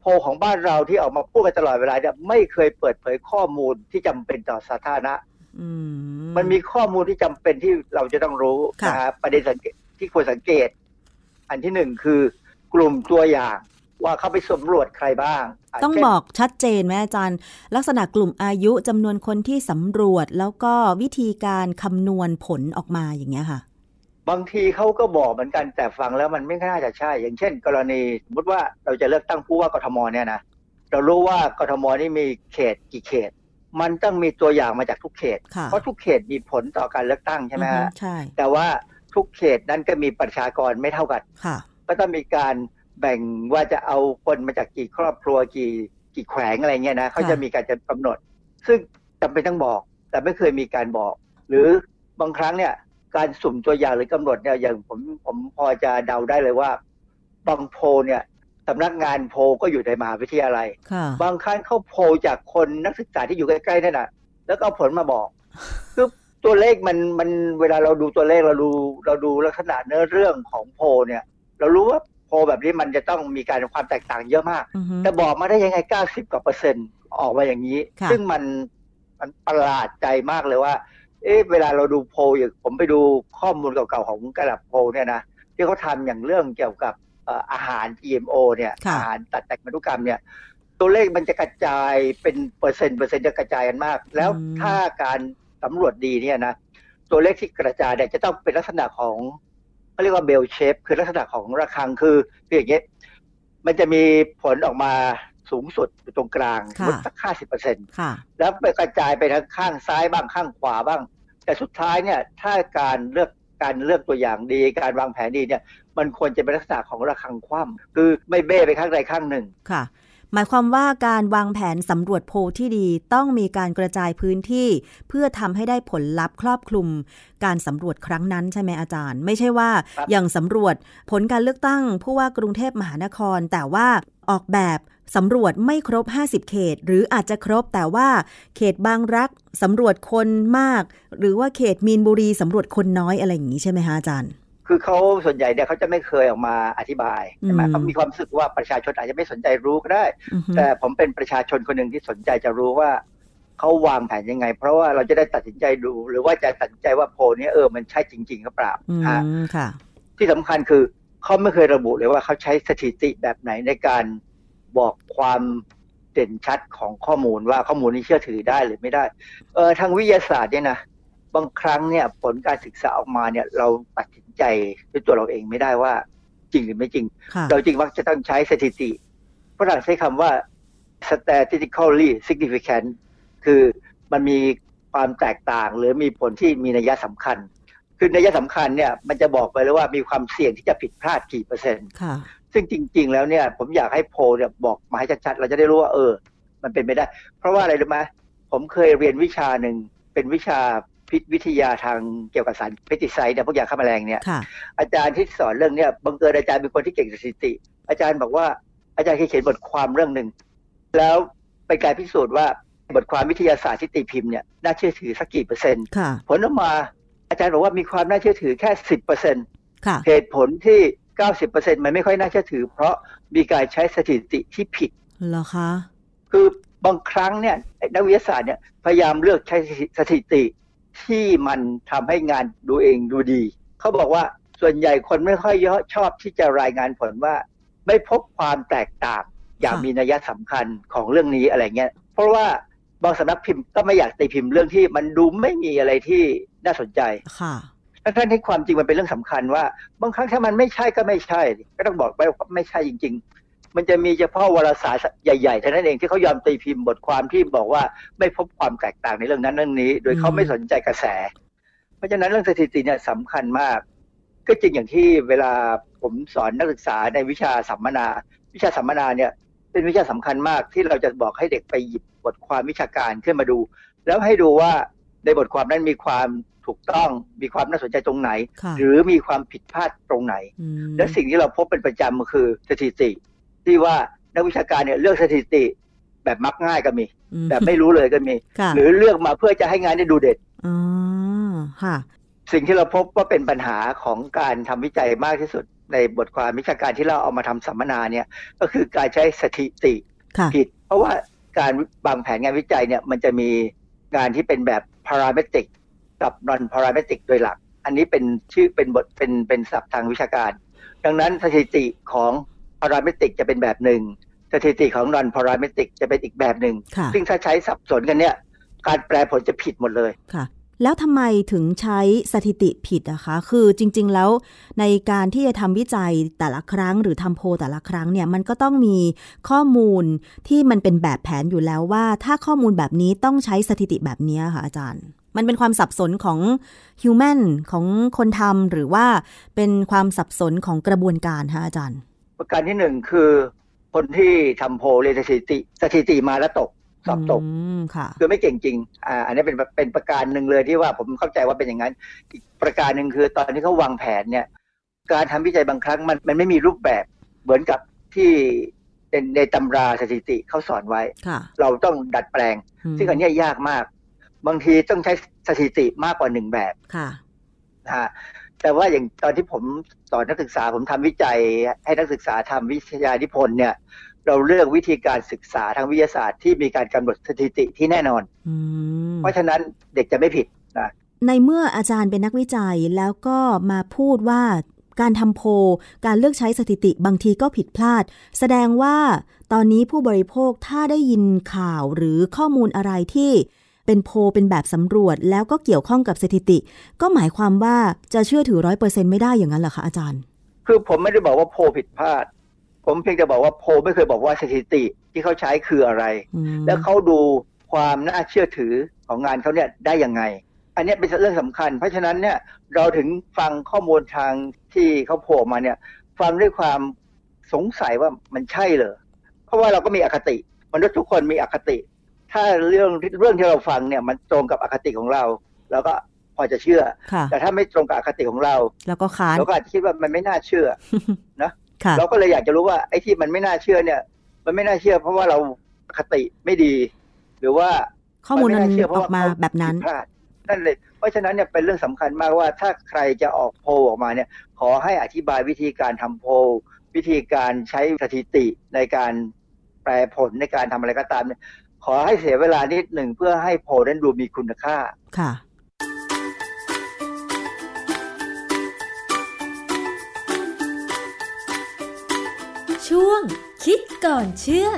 โพลของบ้านเราที่ออกมาพูดกันตลอดเวลาเนี่ยไม่เคยเปิดเผยข้อมูลที่จำเป็นต่อสาธารณะมันมีข้อมูลที่จำเป็นที่เราจะต้องรู้นะฮะประเด็นที่ควรสังเกตอันที่หนึ่งคือกลุ่มตัวอย่างว่าเขาไปสำรวจใครบ้างต้องบอกชัดเจนไหมอาจารย์ลักษณะกลุ่มอายุจำนวนคนที่สำรวจแล้วก็วิธีการคำนวณผลออกมาอย่างเงี้ยค่ะบางทีเขาก็บอกเหมือนกันแต่ฟังแล้วมันไม่น่าจะใช่อย่างเช่นกรณีสมมติว่าเราจะเลือกตั้งผู้ว่ากทมเนี่ยนะเรารู้ว่ากทมนี่มีเขตกี่เขตมันต้องมีตัวอย่างมาจากทุกเขตเพราะทุกเขตมีผลต่อการเลือกตั้งใช่ไหมฮะใช่แต่ว่าทุกเขตนั้นก็มีประชากรไม่เท่ากันก็ต้องมีการแบ่งว่าจะเอาคนมาจากกี่ครอบครัวกี่กี่แขวงอะไรเงี้ยนะเขาจะมีการจะกำหนดซึ่งจำเป็นต้องบอกแต่ไม่เคยมีการบอกหรือบางครั้งเนี่ยการสุ่มตัวอย่างหรือกำหนดเนี่ยอย่างผมผมพอจะเดาได้เลยว่าบางโพลเนี่ยสำนักงานโพลก็อยู่ในมหาวิทยาลัยบางครั้งเขาโพลจากคนนักศึกษาที่อยู่ใกล้ๆนั่นน่ะแล้วก็เอาผลมาบอกคือตัวเลขมันมันเวลาเราดูตัวเลขเราดูเราดูลักษณะเนื้อเรื่องของโพลเนี่ยเรารู้ว่าโพลแบบนี้มันจะต้องมีการความแตกต่างเยอะมากแต่บอกมาได้ยังไงเก้าสิบกว่าเปอร์เซ็นต์ออกมาอย่างนี้ซึ่งมันมันประหลาดใจมากเลยว่าเอ๊ะเวลาเราดูโพลอย่างผมไปดูข้อมูลเก่าๆของกระดับโพลเนี่ยนะที่เขาทำอย่างเรื่องเกี่ยวกับอาหาร จี เอ็ม โอ เนี่ยอาหารตัดแต่งพันธุกรรมเนี่ยตัวเลขมันจะกระจายเป็นเปอร์เซ็นต์เปอร์เซ็นต์จะกระจายกันมากแล้วถ้าการสำรวจดีเนี่ยนะตัวเลขที่กระจายเนี่ยจะต้องเป็นลักษณะของเขาเรียกว่าเบลเชฟคือลักษณะของระฆังคือคืออย่างเงี้ยมันจะมีผลออกมาสูงสุดอยู่ตรงกลางสัก ห้าสิบเปอร์เซ็นต์ แล้วไปกระจายไปทางข้างซ้ายบ้างข้างขวาบ้างแต่สุดท้ายเนี่ยถ้าการเลือกการเลือกตัวอย่างดีการวางแผนดีเนี่ยมันควรจะเป็นลักษณะของระฆังคว่ำคือไม่เบ้ไปข้างใดข้างหนึ่งค่ะหมายความว่าการวางแผนสำรวจโพลที่ดีต้องมีการกระจายพื้นที่เพื่อทำให้ได้ผลลัพธ์ครอบคลุมการสำรวจครั้งนั้นใช่ไหมอาจารย์ไม่ใช่ว่าอย่างสำรวจผลการเลือกตั้งผู้ว่ากรุงเทพมหานครแต่ว่าออกแบบสำรวจไม่ครบห้าสิบเขตหรืออาจจะครบแต่ว่าเขตบางรักสำรวจคนมากหรือว่าเขตมีนบุรีสำรวจคนน้อยอะไรอย่างนี้ใช่ไหมคะอาจารย์คือเขาส่วนใหญ่เนี่ยเขาจะไม่เคยออกมาอธิบายใช่ไหมเขามีความรู้สึกว่าประชาชนอาจจะไม่สนใจรู้ก็ได้แต่ผมเป็นประชาชนคนหนึ่งที่สนใจจะรู้ว่าเขาวางแผนยังไงเพราะว่าเราจะได้ตัดสินใจดูหรือว่าจะตัดสินใจว่าโพลนี้เออมันใช่จริงๆหรือเปล่าค่ะที่สำคัญคือเขาไม่เคยระบุเลยว่าเขาใช้สถิติแบบไหนในการบอกความเด่นชัดของข้อมูลว่าข้อมูลนี้เชื่อถือได้หรือไม่ได้เออทางวิทยาศาสตร์เนี่ยนะบางครั้งเนี่ยผลการศึกษาออกมาเนี่ยเราตัดสินใจด้วยตัวเราเองไม่ได้ว่าจริงหรือไม่จริงเราจริงมักจะต้องใช้สถิติฝรั่งใช้คำว่า statistically significant คือมันมีความแตกต่างหรือมีผลที่มีนัยสำคัญคือนัยสำคัญเนี่ยมันจะบอกไปเลยว่ามีความเสี่ยงที่จะผิดพลาดกี่เปอร์เซ็นต์ซึ่งจริงๆแล้วเนี่ยผมอยากให้โพลเนี่ยบอกมาให้ชัดๆเราจะได้รู้ว่าเออมันเป็นไปได้เพราะว่าอะไรรู้ไหมผมเคยเรียนวิชาหนึ่งเป็นวิชาพิษวิทยาทางเกี่ยวกับสารเพสติไซด์เนี่ยพวกยาฆ่าแมลงเนี่ยอาจารย์ที่สอนเรื่องเนี้ยบังเอิญอาจารย์เป็นคนที่เก่งสถิติอาจารย์บอกว่าอาจารย์เคยเขียนบทความเรื่องหนึ่งแล้วเป็นการพิสูจน์ว่าบทความวิทยาศาสตร์ที่ตีพิมพ์เนี่ยน่าเชื่อถือสักกี่เปอร์เซ็นต์ผลออกมาอาจารย์บอกว่ามีความน่าเชื่อถือแค่ สิบเปอร์เซ็นต์ เหตุผลที่ เก้าสิบเปอร์เซ็นต์ มันไม่ค่อยน่าเชื่อถือเพราะมีการใช้สถิติที่ผิดเหรอคะคือบางครั้งเนี่ยนักวิทยาศาสตร์เนี่ยพยายามเลือกใช้สถิติที่มันทำให้งานดูเองดูดีเขาบอกว่าส่วนใหญ่คนไม่ค่อยชอบที่จะรายงานผลว่าไม่พบความแตกต่างอย่างมีนัยสำคัญของเรื่องนี้อะไรเงี้ยเพราะว่าบางสำนักพิมพ์ก็ไม่อยากตีพิมพ์เรื่องที่มันดูไม่มีอะไรที่น่าสนใจค่ะทั้งที่ความจริงมันเป็นเรื่องสำคัญว่าบางครั้งถ้ามันไม่ใช่ก็ไม่ใช่ก็ต้องบอกไปว่าไม่ใช่จริงๆมันจะมีเฉพาะวารสารใหญ่ๆเท่านั้นเองที่เขายอมตีพิมพ์บทความที่บอกว่าไม่พบความแตกต่างในเรื่องนั้นเรื่องนี้โดยเขาไม่สนใจกระแสเพราะฉะนั้นเรื่องสถิติเนี่ยสำคัญมากก็จริงอย่างที่เวลาผมสอนนักศึกษาในวิชาสัมมนาวิชาสัมมนาเนี่ยเป็นวิชาสำคัญมากที่เราจะบอกให้เด็กไปหยิบบทความวิชาการขึ้นมาดูแล้วให้ดูว่าในบทความนั้นมีความถูกต้องมีความน่าสนใจตรงไหนหรือมีความผิดพลาดตรงไหนและสิ่งที่เราพบเป็นประจำก็คือสถิติที่ว่านักวิชาการเนี่ยเลือกสถิติแบบมักง่ายก็มีแบบไม่รู้เลยก็มีหรือเลือกมาเพื่อจะให้งานได้ดูเด่นอ๋อค่ะสิ่งที่เราพบว่าเป็นปัญหาของการทำวิจัยมากที่สุดในบทความวิชาการที่เราเอามาทำสัมมนาเนี่ยก็คือการใช้สถิติผิดเพราะว่าการวางแผนงานวิจัยเนี่ยมันจะมีงานที่เป็นแบบ parametric กับ non parametric โดยหลักอันนี้เป็นชื่อเป็นบทเป็นเป็นศัพท์ทางวิชาการดังนั้นสถิติของ parametric จะเป็นแบบหนึ่งสถิติของ non parametric จะเป็นอีกแบบหนึ่งซึ่งถ้าใช้สับสนกันเนี่ยการแปลผลจะผิดหมดเลยค่ะแล้วทำไมถึงใช้สถิติผิดอะคะคือจริงๆแล้วในการที่จะทำวิจัยแต่ละครั้งหรือทำโพลแต่ละครั้งเนี่ยมันก็ต้องมีข้อมูลที่มันเป็นแบบแผนอยู่แล้วว่าถ้าข้อมูลแบบนี้ต้องใช้สถิติแบบนี้ค่ะอาจารย์มันเป็นความสับสนของฮิวแมนของคนทำหรือว่าเป็นความสับสนของกระบวนการคะอาจารย์ประการที่หนึ่งคือคนที่ทำโพลเรียนสถิติสถิติมาแล้วตกสอบตกคือไม่เก่งจริงอ่าอันนี้เป็นเป็นประการหนึ่งเลยที่ว่าผมเข้าใจว่าเป็นอย่างนั้นอีกประการหนึ่งคือตอนที่เขาวางแผนเนี่ยการทำวิจัยบางครั้งมันมันไม่มีรูปแบบเหมือนกับที่ในในตำราสถิติเขาสอนไว้เราต้องดัดแปลงซึ่งอันนี้ยากมากบางทีต้องใช้สถิติมากกว่าหนึ่งแบบนะฮะแต่ว่าอย่างตอนที่ผมสอนนักศึกษาผมทำวิจัยให้นักศึกษาทำวิทยานิพนธ์เนี่ยเราเลือกวิธีการศึกษาทางวิทยาศาสตร์ที่มีการกำหนดสถิติที่แน่นอนเพราะฉะนั้นเด็กจะไม่ผิดนะในเมื่ออาจารย์เป็นนักวิจัยแล้วก็มาพูดว่าการทำโพลการเลือกใช้สถิติบางทีก็ผิดพลาดแสดงว่าตอนนี้ผู้บริโภคถ้าได้ยินข่าวหรือข้อมูลอะไรที่เป็นโพลเป็นแบบสำรวจแล้วก็เกี่ยวข้องกับสถิติก็หมายความว่าจะเชื่อถือ ร้อยเปอร์เซ็นต์ ไม่ได้อย่างนั้นเหรอคะอาจารย์คือผมไม่ได้บอกว่าโพลผิดพลาดผมเพียงแต่บอกว่าโพลไม่เคยบอกว่าสถิติที่เขาใช้คืออะไรแล้วเขาดูความน่าเชื่อถือของงานเขาเนี่ยได้ยังไงอันนี้เป็นเรื่องสำคัญเพราะฉะนั้นเนี่ยเราถึงฟังข้อมูลทางที่เขาโผล่มาเนี่ยฟังด้วยความสงสัยว่ามันใช่เหรอเพราะว่าเราก็มีอคติมนุษย์ทุกคนมีอคติถ้าเรื่องเรื่องที่เราฟังเนี่ยมันตรงกับอคติของเราเราก็พอจะเชื่อแต่ถ้าไม่ตรงกับอคติของเราเราก็ค้านเราก็อาจจะคิดว่ามันไม่น่าเชื่อนะเราก็เลยอยากจะรู้ว่าไอ้ที่มันไม่น่าเชื่อเนี่ยมันไม่น่าเชื่อเพราะว่าเราอคติไม่ดีหรือว่าข้อมูลมันออกมาแบบนั้นนั่นเลยเพราะฉะนั้นเนี่ยเป็นเรื่องสำคัญมากว่าถ้าใครจะออกโพลออกมาเนี่ยขอให้อธิบายวิธีการทำโพลวิธีการใช้สถิติในการแปลผลในการทำอะไรก็ตามเนี่ยขอให้เสียเวลานิดหนึ่งเพื่อให้โพลนั้นดูมีคุณค่าค่ะช่วงคิดก่อนเชื่อ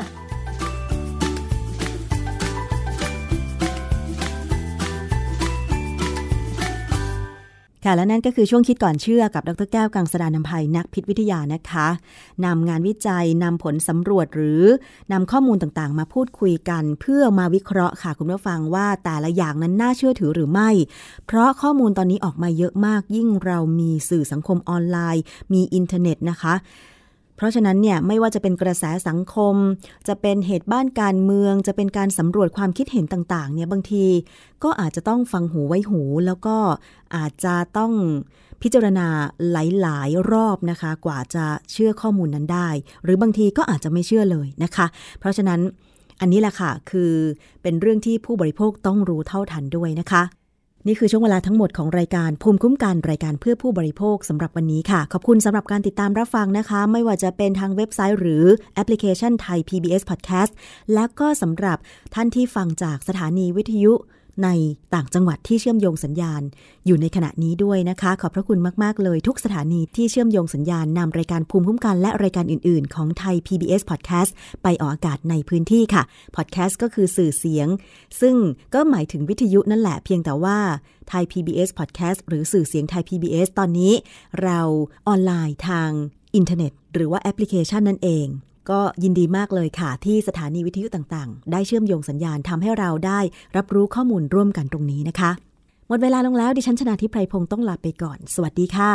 ค่ะและนั่นก็คือช่วงคิดก่อนเชื่อกับดร.แก้วกังสดาลอำไพนักพิษวิทยานะคะนำงานวิจัยนำผลสำรวจหรือนำข้อมูลต่างๆมาพูดคุยกันเพื่อมาวิเคราะห์ค่ะคุณผู้ฟังว่าแต่ละอย่างนั้นน่าเชื่อถือหรือไม่เพราะข้อมูลตอนนี้ออกมาเยอะมากยิ่งเรามีสื่อสังคมออนไลน์มีอินเทอร์เน็ตนะคะเพราะฉะนั้นเนี่ยไม่ว่าจะเป็นกระแสสังคมจะเป็นเหตุบ้านการเมืองจะเป็นการสำรวจความคิดเห็นต่างๆเนี่ยบางทีก็อาจจะต้องฟังหูไว้หูแล้วก็อาจจะต้องพิจารณาหลายๆรอบนะคะกว่าจะเชื่อข้อมูลนั้นได้หรือบางทีก็อาจจะไม่เชื่อเลยนะคะเพราะฉะนั้นอันนี้แหละค่ะคือเป็นเรื่องที่ผู้บริโภคต้องรู้เท่าทันด้วยนะคะนี่คือช่วงเวลาทั้งหมดของรายการภูมิคุ้มกันรายการเพื่อผู้บริโภคสำหรับวันนี้ค่ะขอบคุณสำหรับการติดตามรับฟังนะคะไม่ว่าจะเป็นทางเว็บไซต์หรือแอปพลิเคชันไทย พี บี เอส Podcast และก็สำหรับท่านที่ฟังจากสถานีวิทยุในต่างจังหวัดที่เชื่อมโยงสัญญาณอยู่ในขณะนี้ด้วยนะคะขอบพระคุณมากๆเลยทุกสถานีที่เชื่อมโยงสัญญาณนำรายการภูมิคุ้มกันและรายการอื่นๆของไทย พี บี เอส Podcast ไปออกอากาศในพื้นที่ค่ะ Podcast ก็คือสื่อเสียงซึ่งก็หมายถึงวิทยุนั่นแหละเพียงแต่ว่าไทย พี บี เอส Podcast หรือสื่อเสียงไทย พี บี เอส ตอนนี้เราออนไลน์ทางอินเทอร์เน็ตหรือว่าแอปพลิเคชันนั่นเองก็ยินดีมากเลยค่ะที่สถานีวิทยุต่างๆได้เชื่อมโยงสัญญาณทำให้เราได้รับรู้ข้อมูลร่วมกันตรงนี้นะคะหมดเวลาลงแล้วดิฉันชนาธิป ไพรพงศ์ต้องลาไปก่อนสวัสดีค่ะ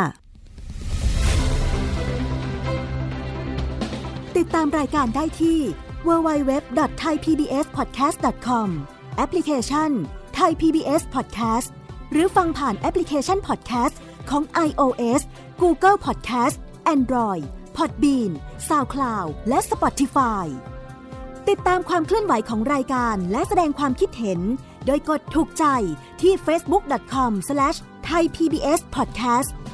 ติดตามรายการได้ที่ ดับเบิลยู ดับเบิลยู ดับเบิลยู ดอท ไทย พี บี เอส พอดแคสต์ ดอท คอม แอปพลิเคชัน Thai พี บี เอส Podcast หรือฟังผ่านแอปพลิเคชัน Podcast ของ iOS Google Podcast Android Podbean SoundCloud และ Spotify ติดตามความเคลื่อนไหวของรายการและแสดงความคิดเห็นโดยกดถูกใจที่ เฟซบุ๊ก ดอท คอม สแลช ไทย พี บี เอส พอดแคสต์